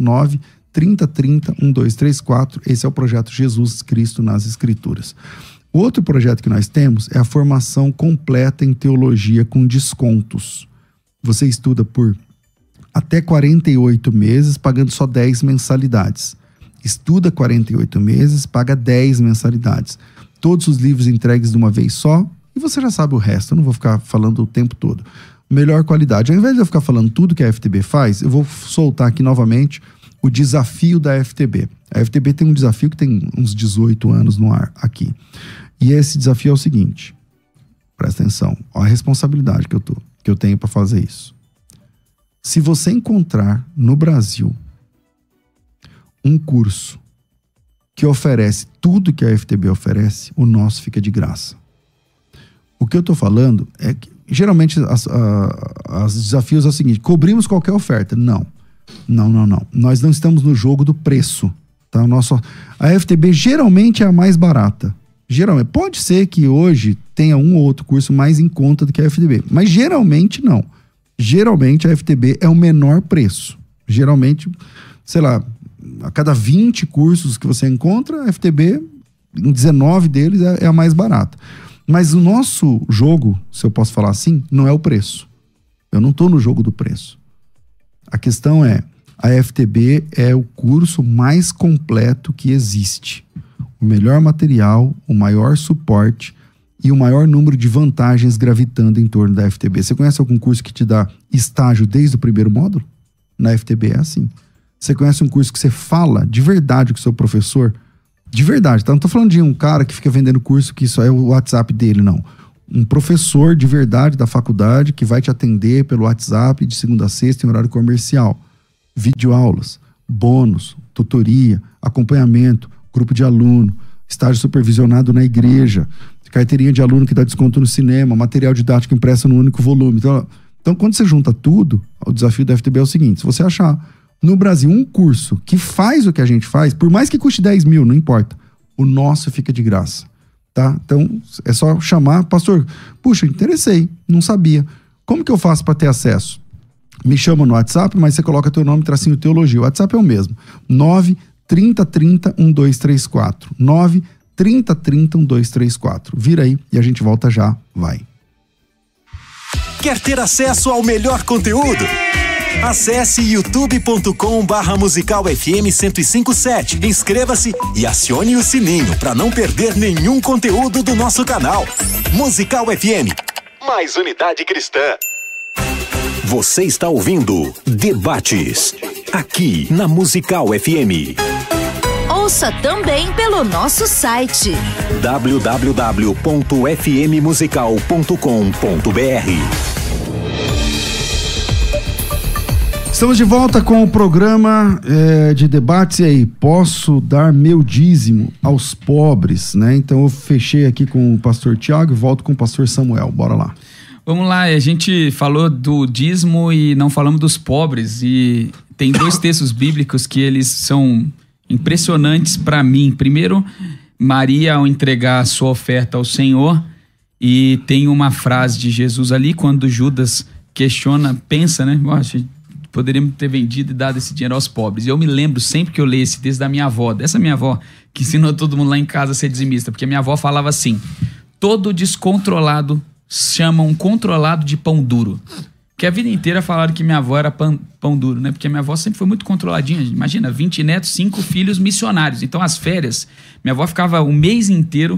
930301234. Esse é o projeto Jesus Cristo nas Escrituras. O outro projeto que nós temos é a formação completa em teologia com descontos. Você estuda por até 48 meses, pagando só 10 mensalidades. Estuda 48 meses, paga 10 mensalidades. Todos os livros entregues de uma vez só e você já sabe o resto. Eu não vou ficar falando o tempo todo. Melhor qualidade. Ao invés de eu ficar falando tudo que a FTB faz, eu vou soltar aqui novamente o desafio da FTB. A FTB tem um desafio que tem uns 18 anos no ar aqui. E esse desafio é o seguinte, presta atenção, olha a responsabilidade que eu tenho para fazer isso. Se você encontrar no Brasil um curso que oferece tudo que a FTB oferece, o nosso fica de graça. O que eu estou falando é que, geralmente, os desafios é o seguinte, cobrimos qualquer oferta. Não. Nós não estamos no jogo do preço. Tá? A FTB geralmente é a mais barata. Geralmente, pode ser que hoje tenha um ou outro curso mais em conta do que a FTB, mas geralmente não. Geralmente a FTB é o menor preço. Geralmente, sei lá, a cada 20 cursos que você encontra, a FTB, em 19 deles, é a mais barata. Mas o nosso jogo, se eu posso falar assim, não é o preço. Eu não estou no jogo do preço. A questão é, a FTB é o curso mais completo que existe. O melhor material, o maior suporte e o maior número de vantagens gravitando em torno da FTB. Você conhece algum curso que te dá estágio desde o primeiro módulo? Na FTB é assim. Você conhece um curso que você fala de verdade com o seu professor? De verdade, tá? Não tô falando de um cara que fica vendendo curso que só é o WhatsApp dele, não. Um professor de verdade da faculdade que vai te atender pelo WhatsApp de segunda a sexta em horário comercial. Videoaulas, bônus, tutoria, acompanhamento, grupo de aluno, estágio supervisionado na igreja, carteirinha de aluno que dá desconto no cinema, material didático impresso no único volume. Então, quando você junta tudo, o desafio da FTB é o seguinte, se você achar no Brasil um curso que faz o que a gente faz, por mais que custe 10 mil, não importa, o nosso fica de graça, tá? Então, é só chamar, pastor, puxa, interessei, não sabia. Como que eu faço para ter acesso? Me chama no WhatsApp, mas você coloca teu nome, tracinho teologia. O WhatsApp é o mesmo, 930301234. 930301234. Vira aí e a gente volta já. Vai. Quer ter acesso ao melhor conteúdo? Acesse youtube.com/Musical FM 1057. Inscreva-se e acione o sininho para não perder nenhum conteúdo do nosso canal. Musical FM. Mais unidade cristã. Você está ouvindo Debates, aqui na Musical FM. Ouça também pelo nosso site www.fmmusical.com.br. Estamos de volta com o programa de debates. E aí, posso dar meu dízimo aos pobres, né? Então eu fechei aqui com o pastor Tiago e volto com o pastor Samuel. Bora lá. Vamos lá, a gente falou do dízimo e não falamos dos pobres. E tem 2 textos bíblicos que eles são impressionantes para mim. Primeiro, Maria ao entregar a sua oferta ao Senhor, e tem uma frase de Jesus ali, quando Judas questiona, pensa, né? Poderíamos ter vendido e dado esse dinheiro aos pobres. E eu me lembro sempre que eu leio esse texto da minha avó, dessa minha avó, que ensinou todo mundo lá em casa a ser dizimista, porque minha avó falava assim: todo descontrolado chama um controlado de pão duro. Que a vida inteira falaram que minha avó era pão duro, né? Porque minha avó sempre foi muito controladinha. Imagina, 20 netos, 5 filhos missionários. Então, as férias, minha avó ficava um mês inteiro,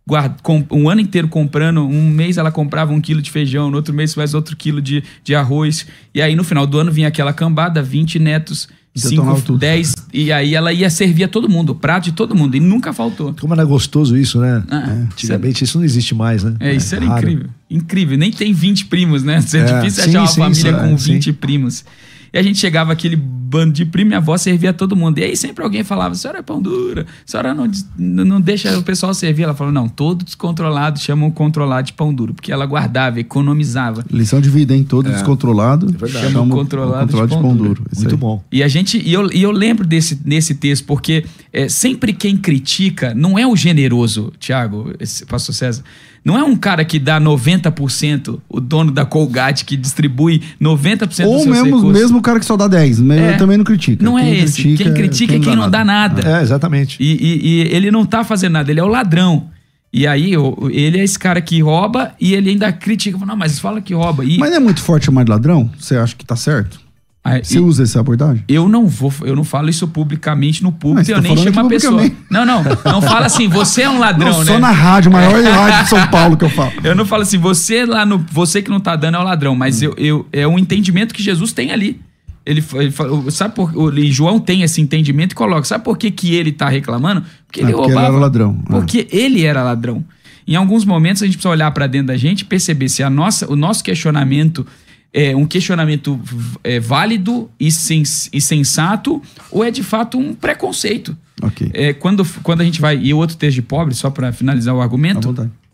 um ano inteiro comprando. Um mês ela comprava 1 quilo de feijão, no outro mês mais outro quilo de arroz. E aí, no final do ano, vinha aquela cambada, 20 netos, 5, 10, e aí ela ia servir a todo mundo, o prato de todo mundo, e nunca faltou. Como era gostoso isso, né? Antigamente isso não existe mais, né? Isso era raro. Incrível. Incrível, nem tem 20 primos, né? É difícil achar uma família com 20 primos. E a gente chegava aquele bando de primo, minha avó servia a todo mundo. E aí sempre alguém falava: a senhora é pão dura, a senhora não deixa o pessoal servir. Ela falou: não, todo descontrolado chama o controlado de pão duro, porque ela guardava, economizava. Lição de vida, hein? Todo descontrolado chama o controlado de pão duro. Muito bom. E eu lembro nesse texto, porque sempre quem critica não é o generoso, Tiago, pastor César. Não é um cara que dá 90%, o dono da Colgate, que distribui 90% dos seus recursos. Ou mesmo o cara que só dá 10%, eu também não critica. Não é esse. Quem critica é quem não dá nada. Exatamente. E ele não tá fazendo nada, ele é o ladrão. E aí, ele é esse cara que rouba e ele ainda critica. Não, mas fala que rouba. Mas não é muito forte chamar de ladrão? Você acha que tá certo? Você usa essa abordagem? Eu não falo isso publicamente no público, eu nem chamo a pessoa. Não fala assim, você é um ladrão, não, né? Só na rádio, maior rádio de São Paulo que eu falo. Eu não falo assim, você que não tá dando é o ladrão, mas é um entendimento que Jesus tem ali. Ele sabe João tem esse entendimento e coloca, sabe por que ele tá reclamando? Porque ele roubava. Ele era ladrão. Porque ele era ladrão. Em alguns momentos a gente precisa olhar para dentro da gente e perceber se o nosso questionamento é um questionamento válido e sensato, ou é de fato um preconceito. Ok. Quando a gente vai... E o outro texto de pobre, só para finalizar o argumento,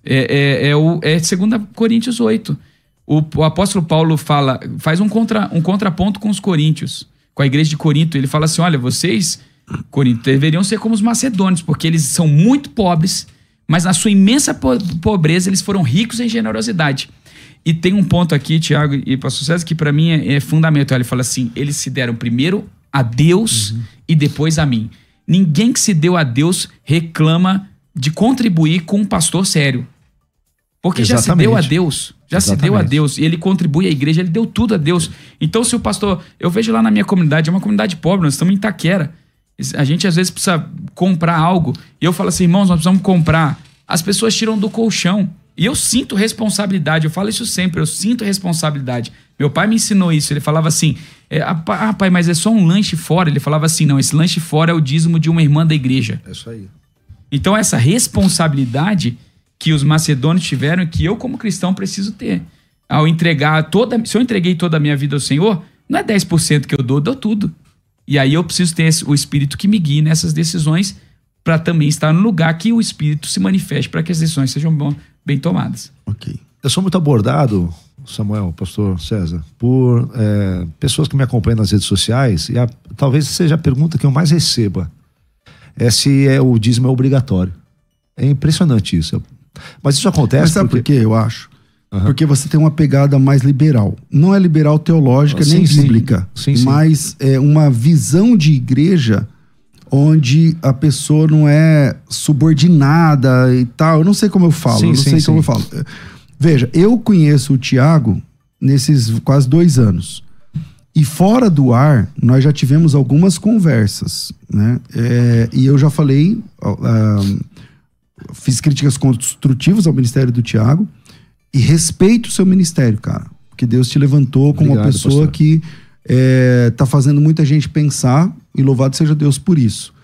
é 2 Coríntios 8. O apóstolo Paulo faz um contraponto com os coríntios, com a igreja de Corinto. Ele fala assim: olha, vocês, Corinto, deveriam ser como os macedônios, porque eles são muito pobres, mas na sua imensa pobreza eles foram ricos em generosidade. E tem um ponto aqui, Tiago e pastor César, que para mim é fundamental. Ele fala assim: eles se deram primeiro a Deus e depois a mim. Ninguém que se deu a Deus reclama de contribuir com um pastor sério. Porque já se deu a Deus. Se deu a Deus. E ele contribui à igreja, ele deu tudo a Deus. Então, se o pastor... Eu vejo lá na minha comunidade, é uma comunidade pobre, nós estamos em Itaquera. A gente às vezes precisa comprar algo. E eu falo assim: irmãos, nós precisamos comprar. As pessoas tiram do colchão. E eu sinto responsabilidade, eu falo isso sempre, eu sinto responsabilidade. Meu pai me ensinou isso, ele falava assim: pai, mas é só um lanche fora. Ele falava assim: não, esse lanche fora é o dízimo de uma irmã da igreja. É isso aí. Então essa responsabilidade que os macedônios tiveram, que eu como cristão preciso ter. Ao entregar se eu entreguei toda a minha vida ao Senhor, não é 10% que eu dou tudo. E aí eu preciso ter o Espírito que me guie nessas decisões, para também estar no lugar que o Espírito se manifeste, para que as decisões sejam bem tomadas. Ok. Eu sou muito abordado, Samuel, pastor César, por pessoas que me acompanham nas redes sociais, e talvez seja a pergunta que eu mais receba, se o dízimo é obrigatório. É impressionante isso. Mas isso acontece. Mas sabe por quê, eu acho? Porque você tem uma pegada mais liberal. Não é liberal teológica nem bíblica, mas é uma visão de igreja onde a pessoa não é subordinada e tal. Eu não sei como eu falo, Veja, eu conheço o Tiago nesses quase 2 anos. E fora do ar, nós já tivemos algumas conversas, né? E eu já falei, fiz críticas construtivas ao ministério do Thiago e respeito o seu ministério, cara. Porque Deus te levantou como uma pessoa, pastor, que tá fazendo muita gente pensar, e louvado seja Deus por isso.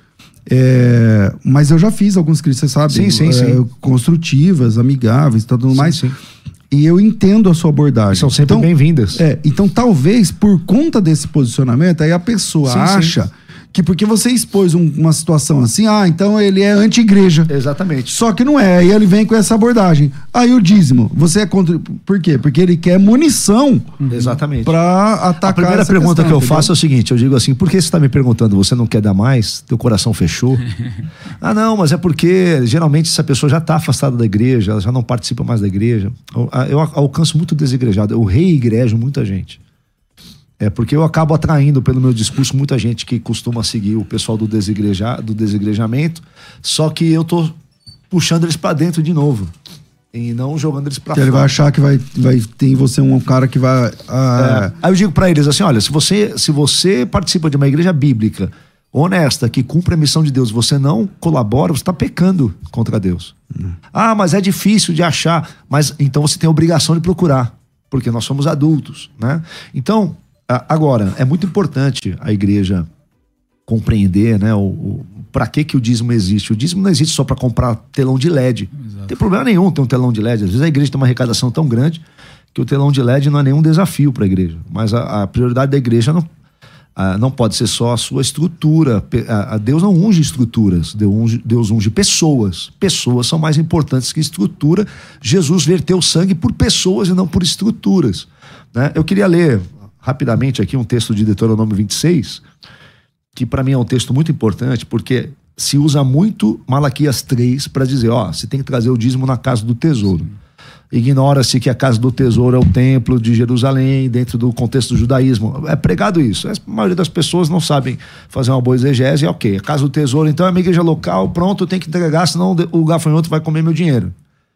Mas eu já fiz algumas críticas, sabe? Sim. Construtivas, amigáveis, tudo mais. Sim. E eu entendo a sua abordagem. São sempre bem-vindas. Então, talvez, por conta desse posicionamento, aí a pessoa acha que porque você expôs uma situação assim, então ele é anti-igreja. Exatamente. Só que não é. Aí ele vem com essa abordagem. Aí o dízimo, você é contra... Por quê? Porque ele quer munição. Exatamente. Pra atacar. A primeira pergunta que eu faço é o seguinte, eu digo assim, por que você está me perguntando, você não quer dar mais? Teu coração fechou? Não, mas é porque geralmente essa pessoa já está afastada da igreja, ela já não participa mais da igreja. Eu alcanço muito desigrejado, eu reigrejo muita gente. Porque eu acabo atraindo pelo meu discurso muita gente que costuma seguir o pessoal do desigrejamento, só que eu tô puxando eles para dentro de novo e não jogando eles para fora. Ele vai achar que vai ter em você um cara que vai... Aí eu digo para eles assim, olha, se você participa de uma igreja bíblica honesta, que cumpre a missão de Deus, você não colabora, você está pecando contra Deus. Mas é difícil de achar, mas então você tem a obrigação de procurar, porque nós somos adultos, né? Então, agora, é muito importante a igreja compreender, né, para que o dízimo existe. O dízimo não existe só para comprar telão de LED. Exato. Não tem problema nenhum ter um telão de LED. Às vezes a igreja tem uma arrecadação tão grande que o telão de LED não é nenhum desafio para a igreja. Mas a prioridade da igreja não pode ser só a sua estrutura. Deus não unge estruturas, Deus unge pessoas. Pessoas são mais importantes que estrutura. Jesus verteu sangue por pessoas e não por estruturas, né? Eu queria ler rapidamente aqui um texto de Deuteronômio 26, que para mim é um texto muito importante, porque se usa muito Malaquias 3 para dizer, você tem que trazer o dízimo na casa do tesouro. Ignora-se que a casa do tesouro é o templo de Jerusalém, dentro do contexto do judaísmo. É pregado isso. A maioria das pessoas não sabem fazer uma boa exegese. A casa do tesouro, então é uma igreja local, pronto, eu tenho que entregar, senão o gafanhoto vai comer meu dinheiro.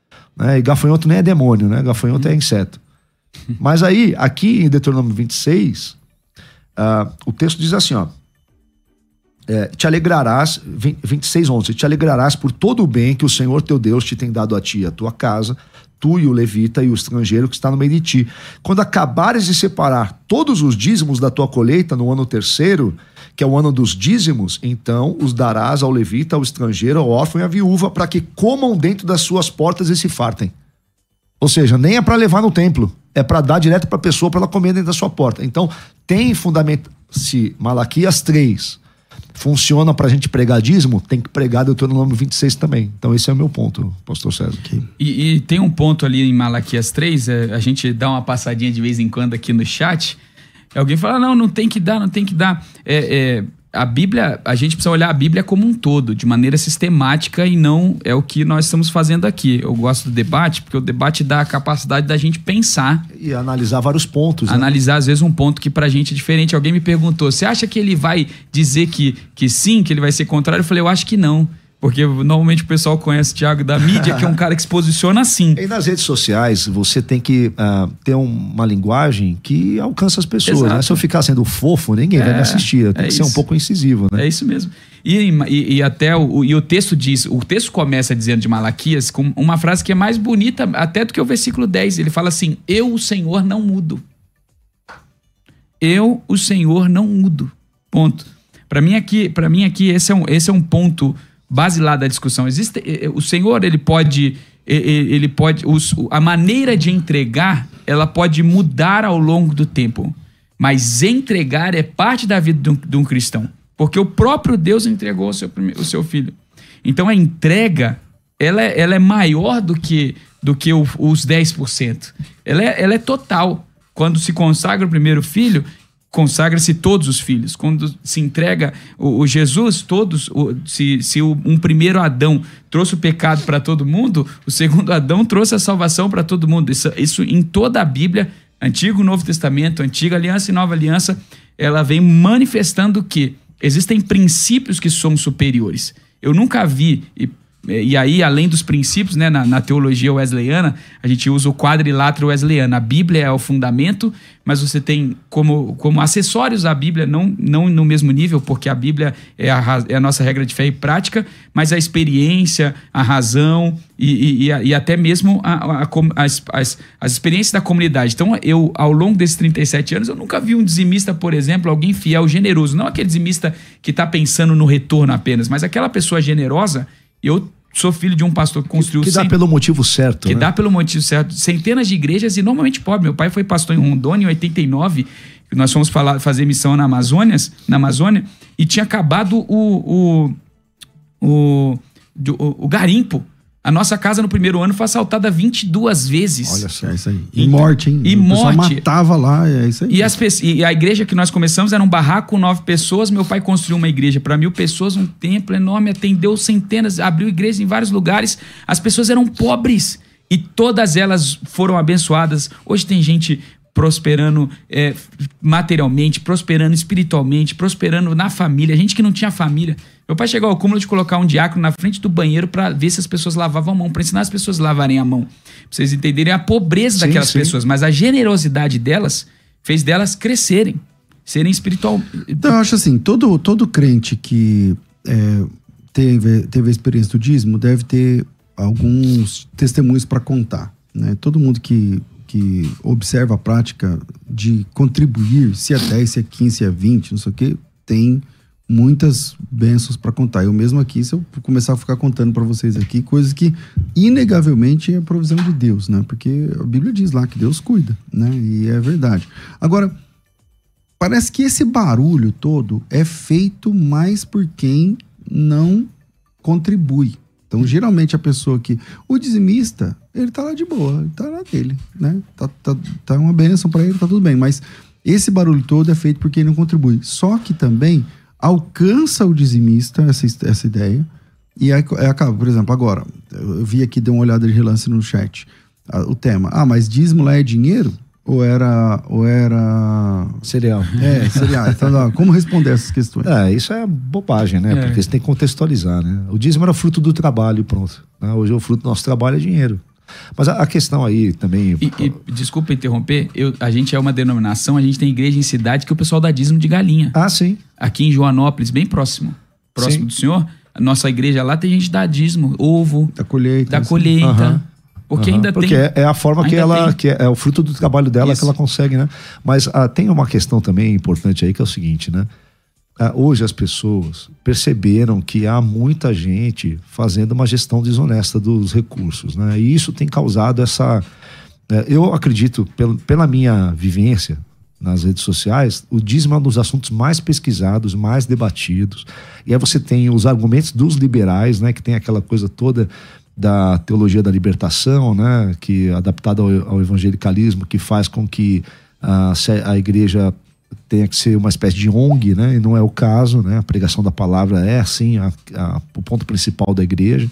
E gafanhoto nem é demônio, né? Gafanhoto é inseto. Mas aí, aqui em Deuteronômio 26, o texto diz assim, te alegrarás, 26:11, te alegrarás por todo o bem que o Senhor teu Deus te tem dado a ti e a tua casa, tu e o levita e o estrangeiro que está no meio de ti. Quando acabares de separar todos os dízimos da tua colheita no ano 3º, que é o ano dos dízimos, então os darás ao levita, ao estrangeiro, ao órfão e à viúva, para que comam dentro das suas portas e se fartem. Ou seja, nem é para levar no templo, é para dar direto para a pessoa, para ela comer dentro da sua porta. Então, tem fundamento. Se Malaquias 3 funciona para a gente pregar dízimo, tem que pregar Deuteronômio 26 também. Então, esse é o meu ponto, pastor César. E tem um ponto ali em Malaquias 3, a gente dá uma passadinha de vez em quando aqui no chat. Alguém fala, não tem que dar, não tem que dar. A Bíblia, a gente precisa olhar a Bíblia como um todo, de maneira sistemática, e não é o que nós estamos fazendo aqui. Eu gosto do debate, porque o debate dá a capacidade da gente pensar. E analisar vários pontos. Analisar, às vezes, um ponto que pra gente é diferente. Alguém me perguntou, você acha que ele vai dizer que sim, que ele vai ser contrário? Eu falei, eu acho que não. Porque normalmente o pessoal conhece o Thiago da mídia, que é um cara que se posiciona assim. E nas redes sociais, você tem que ter uma linguagem que alcança as pessoas. Né? Se eu ficar sendo fofo, ninguém vai me assistir. Tem que ser um pouco incisivo. Né? É isso mesmo. E até o texto diz, o texto começa dizendo de Malaquias com uma frase que é mais bonita até do que o versículo 10. Ele fala assim, eu, o Senhor, não mudo. Eu, o Senhor, não mudo. Ponto. Para mim aqui, esse é um ponto base lá da discussão. O Senhor, ele pode a maneira de entregar, ela pode mudar ao longo do tempo, mas entregar é parte da vida de um cristão, porque o próprio Deus entregou o seu filho. Então a entrega, ela é maior do que os 10%. Ela é total. Quando se consagra o primeiro filho, consagra-se todos os filhos. Quando se entrega o Jesus, todos, se um primeiro Adão trouxe o pecado para todo mundo, o segundo Adão trouxe a salvação para todo mundo. Isso em toda a Bíblia, Antigo e Novo Testamento, Antiga Aliança e Nova Aliança, ela vem manifestando que existem princípios que somos superiores. Eu nunca vi, e E aí, além dos princípios, né, na teologia wesleyana, a gente usa o quadrilátero wesleyano. A Bíblia é o fundamento, mas você tem como acessórios a Bíblia, não no mesmo nível, porque a Bíblia é a nossa regra de fé e prática, mas a experiência, a razão e até mesmo as experiências da comunidade. Então, eu, ao longo desses 37 anos, eu nunca vi um dizimista, por exemplo, alguém fiel, generoso. Não aquele dizimista que está pensando no retorno apenas, mas aquela pessoa generosa. Eu sou filho de um pastor que construiu... Que dá pelo motivo certo. Que né? dá pelo motivo certo. Centenas de igrejas e normalmente pobre. Meu pai foi pastor em Rondônia em 89. Nós fomos fazer missão na Amazônia e tinha acabado o garimpo. A nossa casa no primeiro ano foi assaltada 22 vezes. Olha só, é isso aí. E morte, hein? E o pessoal morte. matava lá, é isso aí. E a igreja que nós começamos era um barraco com 9 pessoas. Meu pai construiu uma igreja para 1.000 pessoas, um templo enorme, atendeu centenas, abriu igrejas em vários lugares. As pessoas eram pobres e todas elas foram abençoadas. Hoje tem gente prosperando materialmente, prosperando espiritualmente, prosperando na família. Gente que não tinha família. Meu pai chegou ao cúmulo de colocar um diácono na frente do banheiro para ver se as pessoas lavavam a mão, para ensinar as pessoas a lavarem a mão. Pra vocês entenderem a pobreza daquelas pessoas. Mas a generosidade delas fez delas crescerem, serem espiritual. Então, eu acho assim, todo crente que teve a experiência do dízimo deve ter alguns testemunhos para contar, né? Todo mundo que observa a prática de contribuir, se é 10, se é 15, se é 20, não sei o que, tem muitas bênçãos para contar. Eu mesmo aqui, se eu começar a ficar contando para vocês aqui, coisas que inegavelmente é a provisão de Deus, né? Porque a Bíblia diz lá que Deus cuida, né? E é verdade. Agora, parece que esse barulho todo é feito mais por quem não contribui. Então, geralmente, a pessoa que... O dizimista, ele tá lá de boa, ele tá lá dele, né? Tá uma bênção para ele, tá tudo bem. Mas esse barulho todo é feito por quem não contribui. Só que também alcança o dizimista essa ideia e aí acaba. Por exemplo, agora, eu vi aqui, dei uma olhada de relance no chat, o tema. Mas dízimo lá é dinheiro? Ou era... Cereal. Cereal. Então, como responder essas questões? Isso é bobagem, né? Porque você tem que contextualizar, né? O dízimo era fruto do trabalho, pronto. Né? Hoje o fruto do nosso trabalho é dinheiro. Mas a questão aí também... Desculpa interromper, a gente é uma denominação, a gente tem igreja em cidade que o pessoal dá dízimo de galinha. Sim. Aqui em Joanópolis, bem próximo sim. do senhor, a nossa igreja lá tem gente que dá dízimo, ovo. Da colheita. Porque ainda porque tem... é a forma que ela... Que é o fruto do trabalho dela. Isso. Que ela consegue, né? Mas tem uma questão também importante aí, que é o seguinte, né? Hoje as pessoas perceberam que há muita gente fazendo uma gestão desonesta dos recursos, né? E isso tem causado essa... eu acredito, pela minha vivência nas redes sociais, o dízimo é um dos assuntos mais pesquisados, mais debatidos. E aí você tem os argumentos dos liberais, né? Que tem aquela coisa toda da teologia da libertação, né? Que adaptada ao evangelicalismo, que faz com que a igreja tenha que ser uma espécie de ONG, né? E não é o caso, né? A pregação da palavra é, sim, o ponto principal da igreja.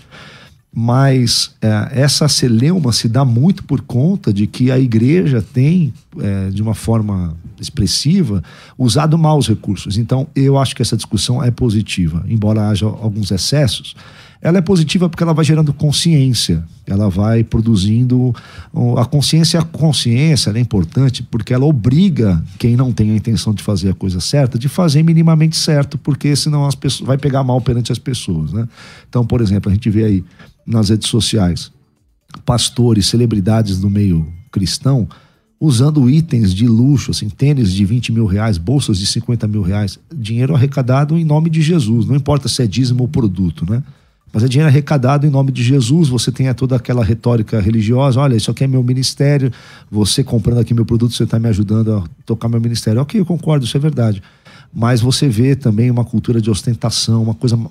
Mas essa celeuma se dá muito por conta de que a igreja tem, de uma forma expressiva, usado mal os recursos. Então, eu acho que essa discussão é positiva. Embora haja alguns excessos, ela é positiva porque ela vai gerando consciência. Ela vai produzindo... A consciência ela é importante porque ela obriga quem não tem a intenção de fazer a coisa certa de fazer minimamente certo, porque senão as pessoas, vai pegar mal perante as pessoas, né? Então, por exemplo, a gente vê aí nas redes sociais pastores, celebridades do meio cristão usando itens de luxo, assim, tênis de 20 mil reais, bolsas de 50 mil reais, dinheiro arrecadado em nome de Jesus, não importa se é dízimo ou produto, né? Mas é dinheiro arrecadado em nome de Jesus. Você tem toda aquela retórica religiosa, olha, isso aqui é meu ministério, você comprando aqui meu produto, você está me ajudando a tocar meu ministério. Ok, eu concordo, isso é verdade. Mas você vê também uma cultura de ostentação, uma coisa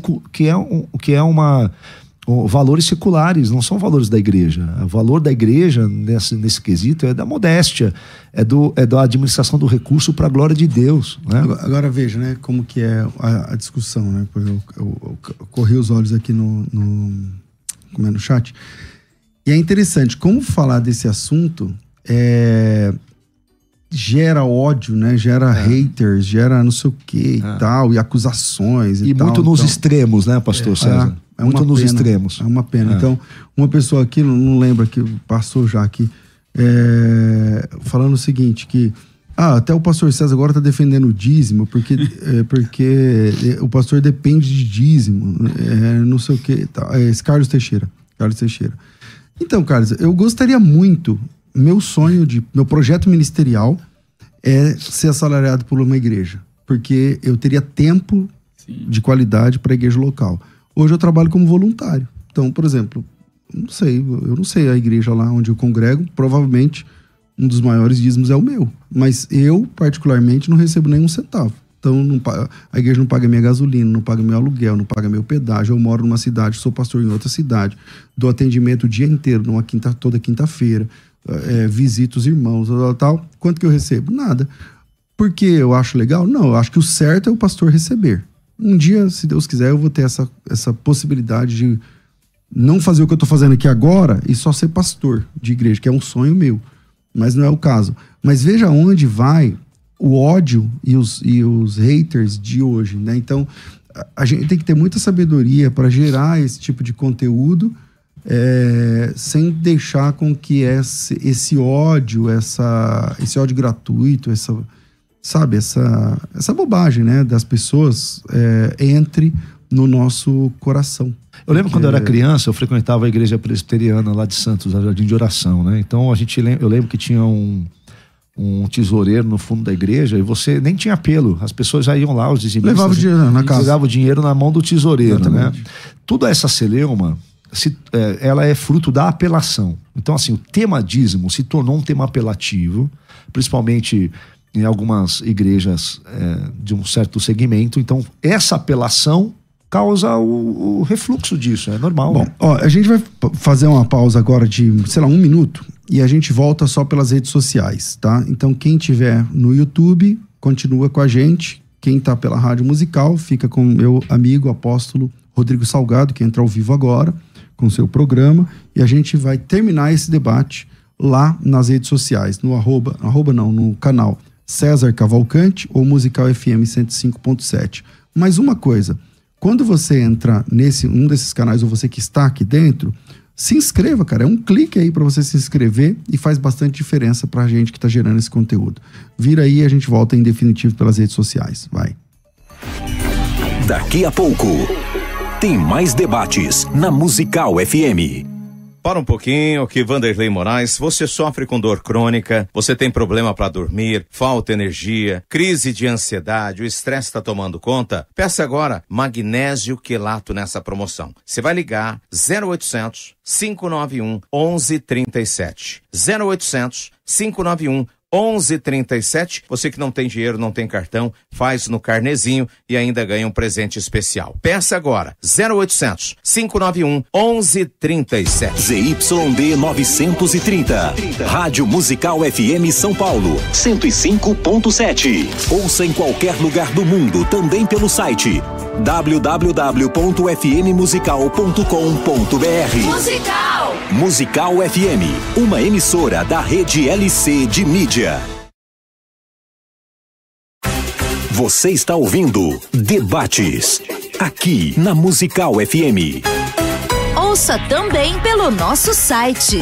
que é valores seculares, não são valores da igreja. O valor da igreja nesse quesito é da modéstia, é da administração do recurso para a glória de Deus, né? Agora veja, né, como que é a discussão, né? Eu corri os olhos aqui no chat. E é interessante, como falar desse assunto gera ódio, né? Gera haters, gera não sei o que e tal, e acusações e tal. Muito nos extremos, né, pastor César? Muito nos extremos. É uma pena. Então, uma pessoa aqui, não lembra, que passou já aqui, falando o seguinte, que até o pastor César agora tá defendendo o dízimo, porque o pastor depende de dízimo, não sei o que. Tá. Esse Carlos Teixeira. Então, Carlos, eu gostaria muito, meu projeto ministerial é ser assalariado por uma igreja, porque eu teria tempo de qualidade para a igreja local. Hoje eu trabalho como voluntário. Então, por exemplo, eu não sei a igreja lá onde eu congrego, provavelmente um dos maiores dízimos é o meu, mas eu, particularmente, não recebo nenhum centavo. Então, a igreja não paga minha gasolina, não paga meu aluguel, não paga meu pedágio. Eu moro numa cidade, sou pastor em outra cidade, dou atendimento o dia inteiro, toda quinta-feira, visito os irmãos, tal. Quanto que eu recebo? Nada. Porque eu acho legal? Não, eu acho que o certo é o pastor receber. Um dia, se Deus quiser, eu vou ter essa possibilidade de não fazer o que eu tô fazendo aqui agora e só ser pastor de igreja, que é um sonho meu. Mas não é o caso. Mas veja onde vai o ódio e os haters de hoje, né? Então, a gente tem que ter muita sabedoria para gerar esse tipo de conteúdo, sem deixar com que esse ódio gratuito, essa bobagem, né, das pessoas entre no nosso coração. Eu lembro quando eu era criança, eu frequentava a igreja presbiteriana lá de Santos, a Jardim de Oração, né? Então eu lembro que tinha um tesoureiro no fundo da igreja e você nem tinha apelo. As pessoas já iam lá, os dizimistas, levavam o dinheiro na casa. Levavam o dinheiro na mão do tesoureiro, exatamente, né? Toda essa celeuma, ela é fruto da apelação. Então, assim, o tema dízimo se tornou um tema apelativo, principalmente em algumas igrejas de um certo segmento. Então, essa apelação causa o refluxo disso, é normal. Bom, a gente vai fazer uma pausa agora de, 1 minuto e a gente volta só pelas redes sociais, tá? Então, quem tiver no YouTube, continua com a gente. Quem tá pela Rádio Musical, fica com o meu amigo apóstolo Rodrigo Salgado, que entra ao vivo agora com o seu programa, e a gente vai terminar esse debate lá nas redes sociais, no canal César Cavalcante ou Musical FM 105.7. Mas uma coisa, quando você entra um desses canais, ou você que está aqui dentro, se inscreva, cara. É um clique aí para você se inscrever e faz bastante diferença pra gente que tá gerando esse conteúdo. Vira aí e a gente volta em definitivo pelas redes sociais. Vai. Daqui a pouco, tem mais debates na Musical FM. Para um pouquinho, que Vanderlei Moraes, você sofre com dor crônica, você tem problema para dormir, falta energia, crise de ansiedade, o estresse está tomando conta? Peça agora magnésio quelato nessa promoção. Você vai ligar 0800 591 1137. 0800 591 1137. Você que não tem dinheiro, não tem cartão, faz no carnezinho e ainda ganha um presente especial. Peça agora 0800 591 1137. ZYD 930. Rádio Musical FM São Paulo 105.7. Ouça em qualquer lugar do mundo, também pelo site www.fmmusical.com.br. Musical FM, uma emissora da rede LC de mídia. Você está ouvindo Debates, aqui na Musical FM. Ouça também pelo nosso site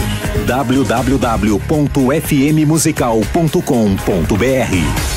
www.fmmusical.com.br.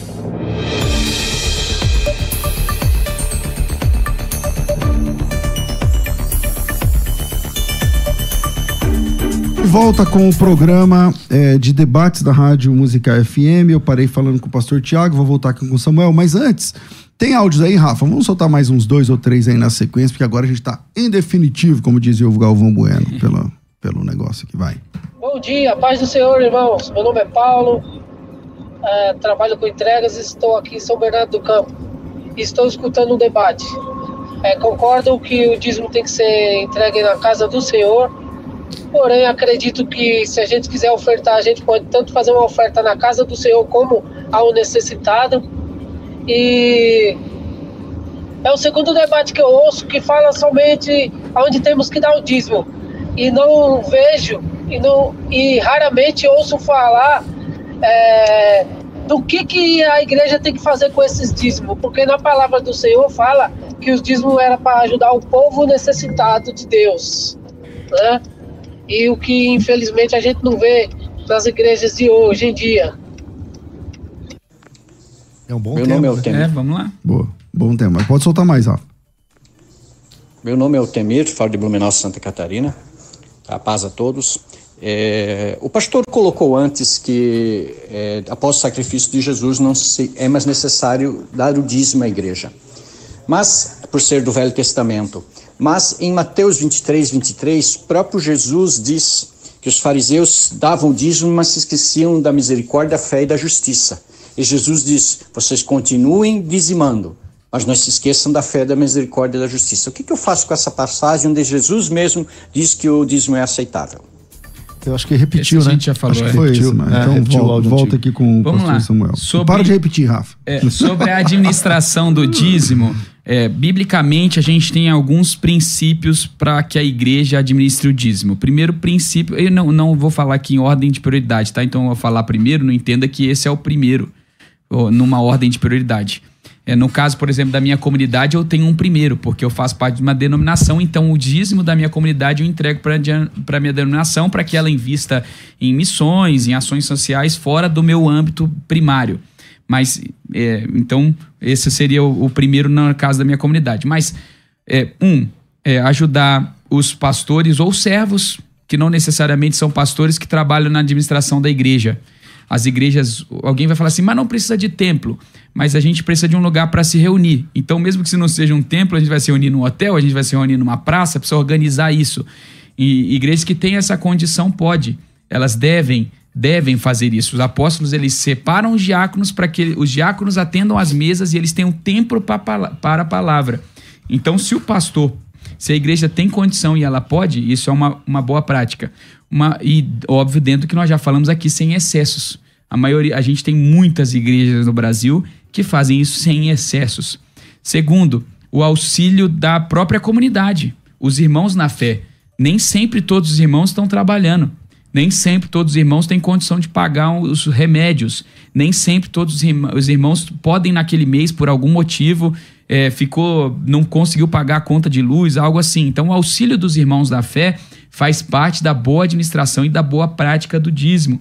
Volta com o programa de debates da Rádio Musical FM. Eu parei falando com o pastor Tiago, vou voltar aqui com o Samuel, mas antes, tem áudios aí, Rafa? Vamos soltar mais uns 2 ou 3 aí na sequência, porque agora a gente tá em definitivo, como dizia o Galvão Bueno, pelo negócio que vai. Bom dia, paz do Senhor, irmãos. Meu nome é Paulo, trabalho com entregas e estou aqui em São Bernardo do Campo. Estou escutando um debate. Concordo que o dízimo tem que ser entregue na casa do Senhor. Porém, acredito que se a gente quiser ofertar, a gente pode tanto fazer uma oferta na casa do Senhor como ao necessitado. E é o segundo debate que eu ouço que fala somente onde temos que dar o dízimo. E não vejo, e raramente ouço falar do que a igreja tem que fazer com esses dízimos, porque na palavra do Senhor fala que os dízimos era para ajudar o povo necessitado de Deus, né? E o que infelizmente a gente não vê nas igrejas de hoje em dia. É um bom Meu tema. nome é Altemir. Vamos lá. Boa, bom tema. Pode soltar mais, Rafa. Meu nome é Altemir, falo de Blumenau, Santa Catarina. A paz a todos. O pastor colocou antes que após o sacrifício de Jesus não é mais necessário dar o dízimo à igreja, mas por ser do Velho Testamento. Mas em Mateus 23, próprio Jesus diz que os fariseus davam o dízimo, mas se esqueciam da misericórdia, da fé e da justiça. E Jesus diz: vocês continuem dizimando, mas não se esqueçam da fé, da misericórdia e da justiça. O que eu faço com essa passagem onde Jesus mesmo diz que o dízimo é aceitável? Eu acho que repetiu, Esse né? a gente já falou. Acho que foi isso, mano. Então repetiu o áudio volta antigo. aqui com o Vamos pastor lá. Samuel. Para de repetir, Rafa. Sobre a administração do dízimo, biblicamente a gente tem alguns princípios para que a igreja administre o dízimo. Primeiro princípio, eu não vou falar aqui em ordem de prioridade, tá? Então eu vou falar primeiro, não entenda que esse é o primeiro, numa ordem de prioridade. No caso, por exemplo, da minha comunidade, eu tenho um primeiro, porque eu faço parte de uma denominação, então o dízimo da minha comunidade eu entrego para a minha denominação, para que ela invista em missões, em ações sociais fora do meu âmbito primário. Mas, então, esse seria o primeiro no caso da minha comunidade. Mas, ajudar os pastores ou servos, que não necessariamente são pastores, que trabalham na administração da igreja. As igrejas, alguém vai falar assim, mas não precisa de templo, mas a gente precisa de um lugar para se reunir. Então, mesmo que se não seja um templo, a gente vai se reunir num hotel, a gente vai se reunir numa praça, precisa organizar isso. E igrejas que têm essa condição elas devem fazer isso. Os apóstolos, eles separam os diáconos para que os diáconos atendam às mesas e eles tenham tempo para a palavra. Então, se a igreja tem condição e ela pode, isso é uma boa prática. E óbvio, dentro do que nós já falamos aqui, sem excessos. A gente tem muitas igrejas no Brasil que fazem isso sem excessos. Segundo, o auxílio da própria comunidade. Os irmãos na fé. Nem sempre todos os irmãos estão trabalhando. Nem sempre todos os irmãos têm condição de pagar os remédios. Nem sempre todos os irmãos podem, naquele mês, por algum motivo, não conseguiu pagar a conta de luz, algo assim. Então, o auxílio dos irmãos da fé faz parte da boa administração e da boa prática do dízimo,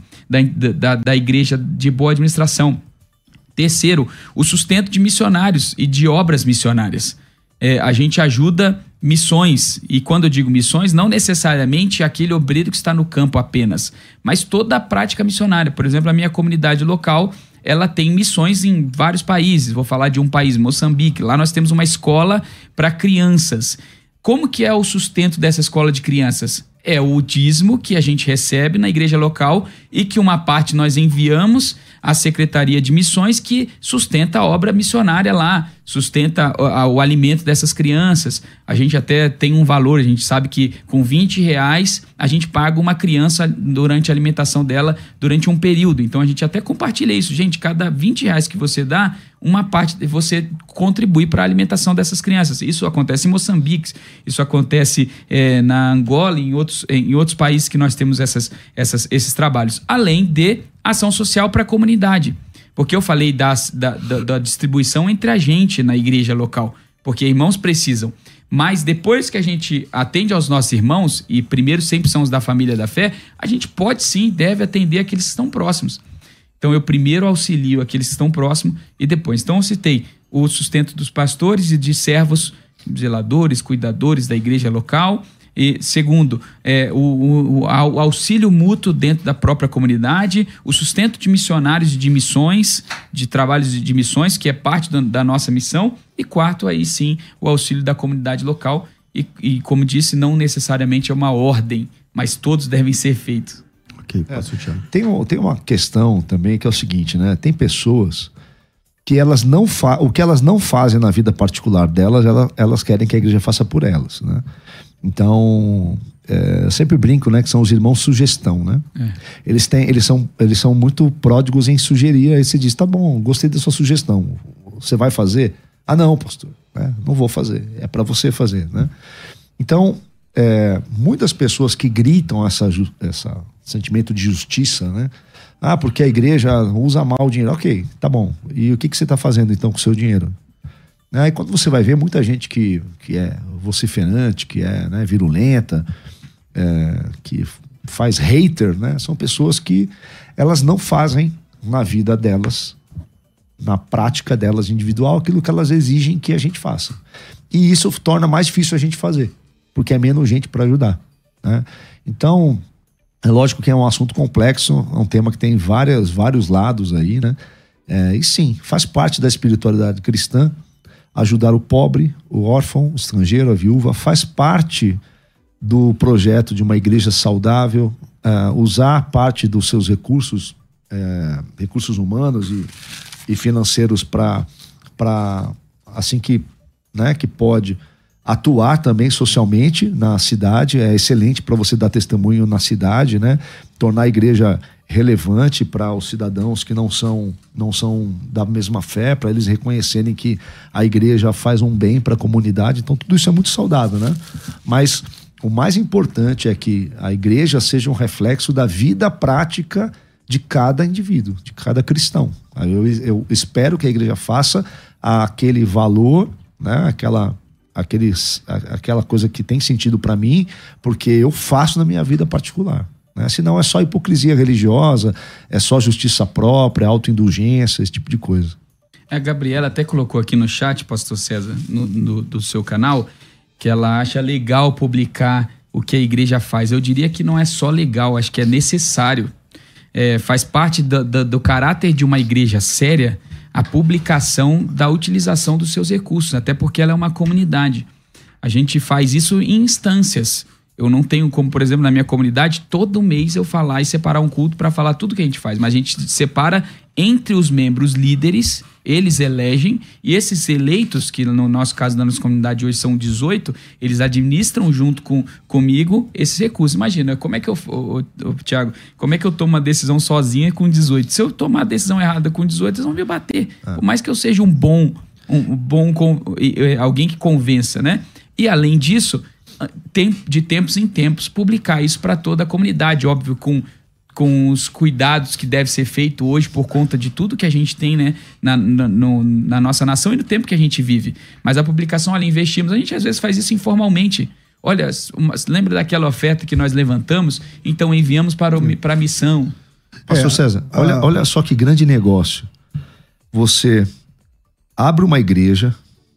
da igreja de boa administração. Terceiro, o sustento de missionários e de obras missionárias. A gente ajuda missões, e quando eu digo missões, não necessariamente aquele obreiro que está no campo apenas, mas toda a prática missionária. Por exemplo, a minha comunidade local, ela tem missões em vários países. Vou falar de um país, Moçambique. Lá nós temos uma escola para crianças. Como que é o sustento dessa escola de crianças? É o dízimo que a gente recebe na igreja local e que uma parte nós enviamos à Secretaria de Missões, que sustenta a obra missionária lá, sustenta o alimento dessas crianças. A gente até tem um valor, a gente sabe que com R$20 a gente paga uma criança durante a alimentação dela durante um período. Então a gente até compartilha isso. Gente, cada R$20 que você dá, uma parte você contribui para a alimentação dessas crianças. Isso acontece em Moçambique, isso acontece na Angola e em outros países que nós temos esses trabalhos. Além de ação social para a comunidade. Porque eu falei da distribuição entre a gente na igreja local. Porque irmãos precisam. Mas depois que a gente atende aos nossos irmãos, e primeiro sempre são os da família da fé, a gente pode sim, deve atender aqueles que estão próximos. Então eu primeiro auxilio aqueles que estão próximos e depois. Então eu citei o sustento dos pastores e de servos, zeladores, cuidadores da igreja local. E segundo, o auxílio mútuo dentro da própria comunidade, o sustento de missionários e de missões, de trabalhos de missões, que é parte da nossa missão. E quarto, aí sim, o auxílio da comunidade local. E como disse, não necessariamente é uma ordem, mas todos devem ser feitos. Ok, passo, Thiago. Tem uma questão também que é o seguinte, né? Tem pessoas que o que elas não fazem na vida particular delas, elas querem que a igreja faça por elas, né? Então, eu sempre brinco, né, que são os irmãos sugestão, né? Eles são muito pródigos em sugerir. Aí você diz, tá bom, gostei da sua sugestão, você vai fazer? Ah, não, pastor, não vou fazer, é para você fazer, né? Então, muitas pessoas que gritam esse sentimento de justiça, né? Ah, porque a igreja usa mal o dinheiro. Ok, tá bom. E o que você está fazendo então com o seu dinheiro? Aí quando você vai ver muita gente que é vociferante, que é, né, virulenta, que faz hater, né? São pessoas que elas não fazem na vida delas, na prática delas individual, aquilo que elas exigem que a gente faça. E isso torna mais difícil a gente fazer, porque é menos gente para ajudar, né? Então, é lógico que é um assunto complexo, é um tema que tem vários lados aí, né? E sim, faz parte da espiritualidade cristã ajudar o pobre, o órfão, o estrangeiro, a viúva, faz parte do projeto de uma igreja saudável, usar parte dos seus recursos humanos e financeiros para assim que, né, que pode atuar também socialmente na cidade. É excelente para você dar testemunho na cidade, né? Tornar a igreja relevante para os cidadãos que não são da mesma fé, para eles reconhecerem que a igreja faz um bem para a comunidade. Então tudo isso é muito saudável, né? Mas o mais importante é que a igreja seja um reflexo da vida prática de cada indivíduo, de cada cristão. Eu espero que a igreja faça aquele valor, né? Aquela coisa que tem sentido para mim, porque eu faço na minha vida particular, né? Senão é só hipocrisia religiosa, é só justiça própria, autoindulgência, esse tipo de coisa. A Gabriela até colocou aqui no chat, pastor César, do seu canal, que ela acha legal publicar o que a igreja faz. Eu diria que não é só legal, acho que é necessário. Faz parte do caráter de uma igreja séria a publicação da utilização dos seus recursos, até porque ela é uma comunidade. A gente faz isso em instâncias. Eu não tenho como, por exemplo, na minha comunidade, todo mês eu falar e separar um culto para falar tudo que a gente faz, mas a gente separa entre os membros líderes, eles elegem, e esses eleitos, que no nosso caso, na nossa comunidade hoje são 18, eles administram junto comigo esses recursos. Imagina, como é que Tiago, como é que eu tomo uma decisão sozinha com 18? Se eu tomar a decisão errada com 18, eles vão me bater. Por mais que eu seja alguém que convença, né? E além disso, de tempos em tempos, publicar isso para toda a comunidade, óbvio, com os cuidados que deve ser feito hoje por conta de tudo que a gente tem, né, na nossa nação e no tempo que a gente vive. Mas a publicação, olha, investimos, a gente às vezes faz isso informalmente. Olha, lembra daquela oferta que nós levantamos? Então enviamos para a missão. Pastor César, olha só que grande negócio. Você abre uma igreja,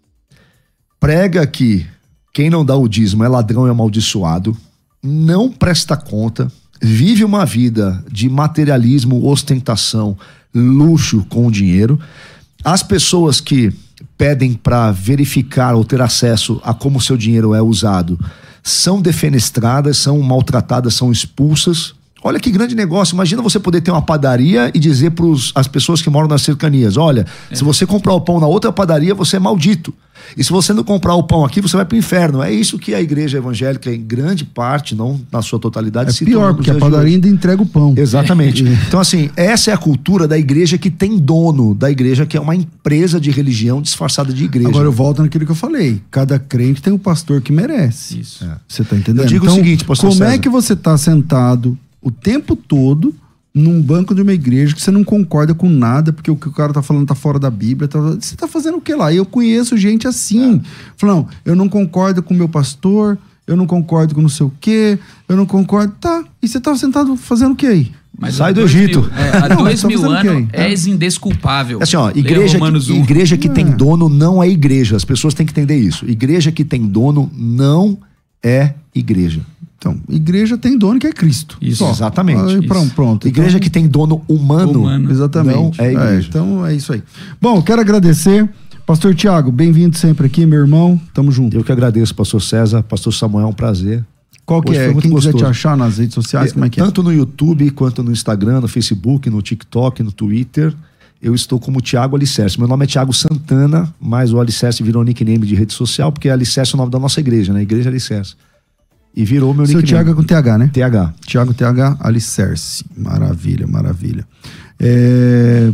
prega que quem não dá o dízimo é ladrão e amaldiçoado, não presta conta, vive uma vida de materialismo, ostentação, luxo com o dinheiro. As pessoas que pedem para verificar ou ter acesso a como o seu dinheiro é usado são defenestradas, são maltratadas, são expulsas. Olha que grande negócio. Imagina você poder ter uma padaria e dizer para as pessoas que moram nas cercanias: olha, se você comprar o pão na outra padaria, você é maldito. E se você não comprar o pão aqui, você vai para o inferno. É isso que a igreja evangélica, em grande parte, não na sua totalidade, se torna. É pior, porque a padaria ainda entrega o pão. Exatamente. Então, assim, essa é a cultura da igreja que tem dono, da igreja que é uma empresa de religião disfarçada de igreja. Agora eu volto naquilo que eu falei. Cada crente tem um pastor que merece. Isso. Você tá entendendo? Eu digo então, o seguinte, pastor como César, é que você tá sentado o tempo todo num banco de uma igreja que você não concorda com nada, porque o que o cara tá falando tá fora da Bíblia, você tá fazendo o que lá? Eu conheço gente assim, falando, eu não concordo com o meu pastor, eu não concordo com não sei o quê, eu não concordo, tá, e você tá sentado fazendo o que aí? Mas sai do Egito. Há 2000 anos és indesculpável. Assim, ó, igreja que tem dono não é igreja, as pessoas têm que entender isso. Igreja que tem dono não é igreja. Então, igreja tem dono que é Cristo. Isso, só. exatamente. Pronto. Igreja que tem dono humano. Exatamente. Não é igreja. Então é isso aí. Bom, quero agradecer. Pastor Tiago, bem-vindo sempre aqui, meu irmão. Tamo junto. Eu que agradeço, pastor César, pastor Samuel, é um prazer. Qual que é? Quem quiser te achar nas redes sociais, como é que é? Tanto no YouTube, quanto no Instagram, no Facebook, no TikTok, no Twitter, eu estou como Tiago Alicerce. Meu nome é Tiago Santana, mas o Alicerce virou nickname de rede social, porque Alicerce é o nome da nossa igreja, né? Igreja Alicerce. E virou meu nickname. Seu Tiago é com TH, né? TH. Tiago TH Alicerce. Maravilha, maravilha.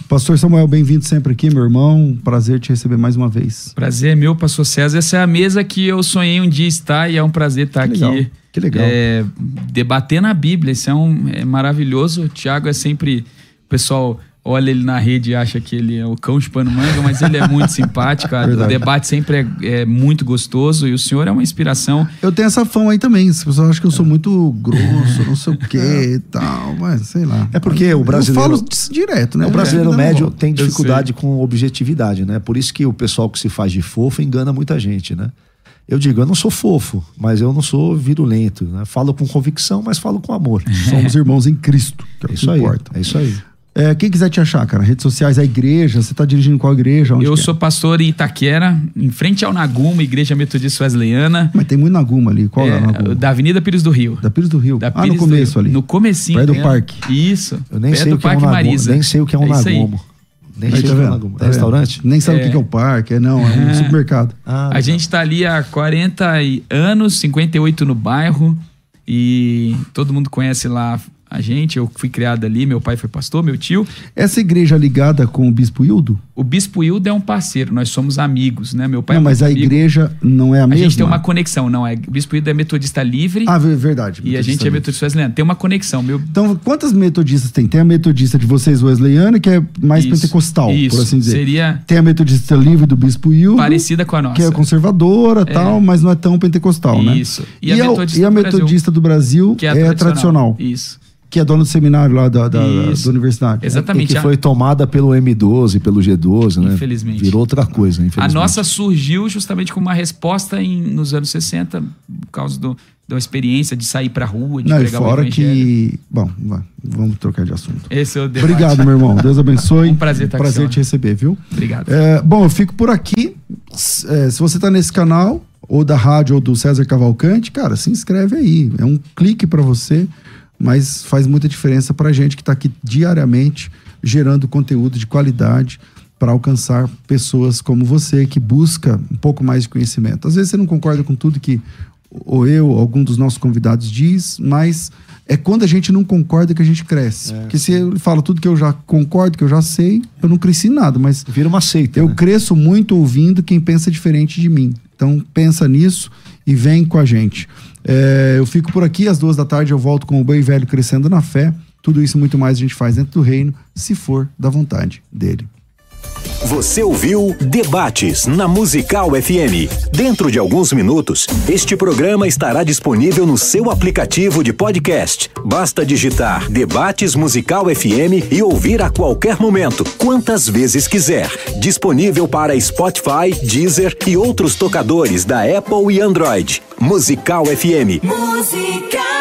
Pastor Samuel, bem-vindo sempre aqui, meu irmão. Prazer te receber mais uma vez. Prazer é meu, pastor César. Essa é a mesa que eu sonhei um dia estar e é um prazer estar aqui. Que legal. Debatendo a Bíblia, isso é maravilhoso. O Tiago é sempre... O pessoal olha ele na rede e acha que ele é o cão chupando manga, mas ele é muito simpático. O debate sempre é muito gostoso e o senhor é uma inspiração. Eu tenho essa fama aí também. As pessoas acham que eu sou muito grosso, não sei o quê e tal, mas sei lá. É porque o brasileiro... Eu falo direto, né? O brasileiro médio tem dificuldade com objetividade, né? Por isso que o pessoal que se faz de fofo engana muita gente, né? Eu digo, eu não sou fofo, mas eu não sou virulento, né? Falo com convicção, mas falo com amor. Somos irmãos em Cristo, que é o que importa. É isso aí. Quem quiser te achar, cara, redes sociais, a igreja, você tá dirigindo qual igreja? Eu sou pastor em Itaquera, em frente ao Naguma, Igreja Metodista Wesleyana. Mas tem muito Naguma ali, qual é o Naguma? Da Avenida Pires do Rio. Da Pires do Rio. Pires no começo ali. No comecinho. Perto do parque. Isso. Eu nem sei o que é um Naguma. Nem sei o que é um Naguma. Nem sei o que é um Naguma. É restaurante? Nem sabe o que é o parque, é um supermercado. A gente tá ali há 40 anos, 58 no bairro, e todo mundo conhece lá a gente. Eu fui criado ali, meu pai foi pastor, meu tio. Essa igreja ligada com o Bispo Hildo? O Bispo Hildo é um parceiro, nós somos amigos, né? Meu pai mas a igreja não é a mesma? A gente tem uma conexão, não. O Bispo Hildo é metodista livre. Ah, verdade. E a gente é metodista wesleyano. Tem uma conexão. Então, quantas metodistas tem? Tem a metodista de vocês wesleyana, que é mais pentecostal, por assim dizer. Tem a metodista livre do Bispo Hildo. Parecida com a nossa. Que é conservadora e tal, mas não é tão pentecostal, né? Isso. E a metodista do Brasil que é tradicional. Isso. Que é dona do seminário lá da universidade. Exatamente. E que foi tomada pelo M12, pelo G12, né? Infelizmente. Virou outra coisa, infelizmente. A nossa surgiu justamente como uma resposta nos anos 60, por causa da experiência de sair pra rua, de pregar o evangelho. Bom, vamos trocar de assunto. Esse é o debate. Obrigado, meu irmão. Deus abençoe. Um prazer estar aqui. Prazer te receber, viu? Obrigado. Bom, eu fico por aqui. Se você tá nesse canal, ou da rádio, ou do César Cavalcante, cara, se inscreve aí. É um clique pra você, mas faz muita diferença pra gente que tá aqui diariamente gerando conteúdo de qualidade para alcançar pessoas como você, que busca um pouco mais de conhecimento. Às vezes você não concorda com tudo que ou eu, ou algum dos nossos convidados diz, mas é quando a gente não concorda que a gente cresce. Porque se ele fala tudo que eu já concordo, que eu já sei, eu não cresci em nada, mas vira uma seita. Eu cresço muito ouvindo quem pensa diferente de mim. Então pensa nisso e vem com a gente. Eu fico por aqui, às 14h eu volto com o Bem Velho Crescendo na Fé. Tudo isso e muito mais a gente faz dentro do reino, se for da vontade dele. Você ouviu Debates na Musical FM. Dentro de alguns minutos, este programa estará disponível no seu aplicativo de podcast. Basta digitar Debates Musical FM e ouvir a qualquer momento, quantas vezes quiser. Disponível para Spotify, Deezer e outros tocadores da Apple e Android. Musical FM. Musical.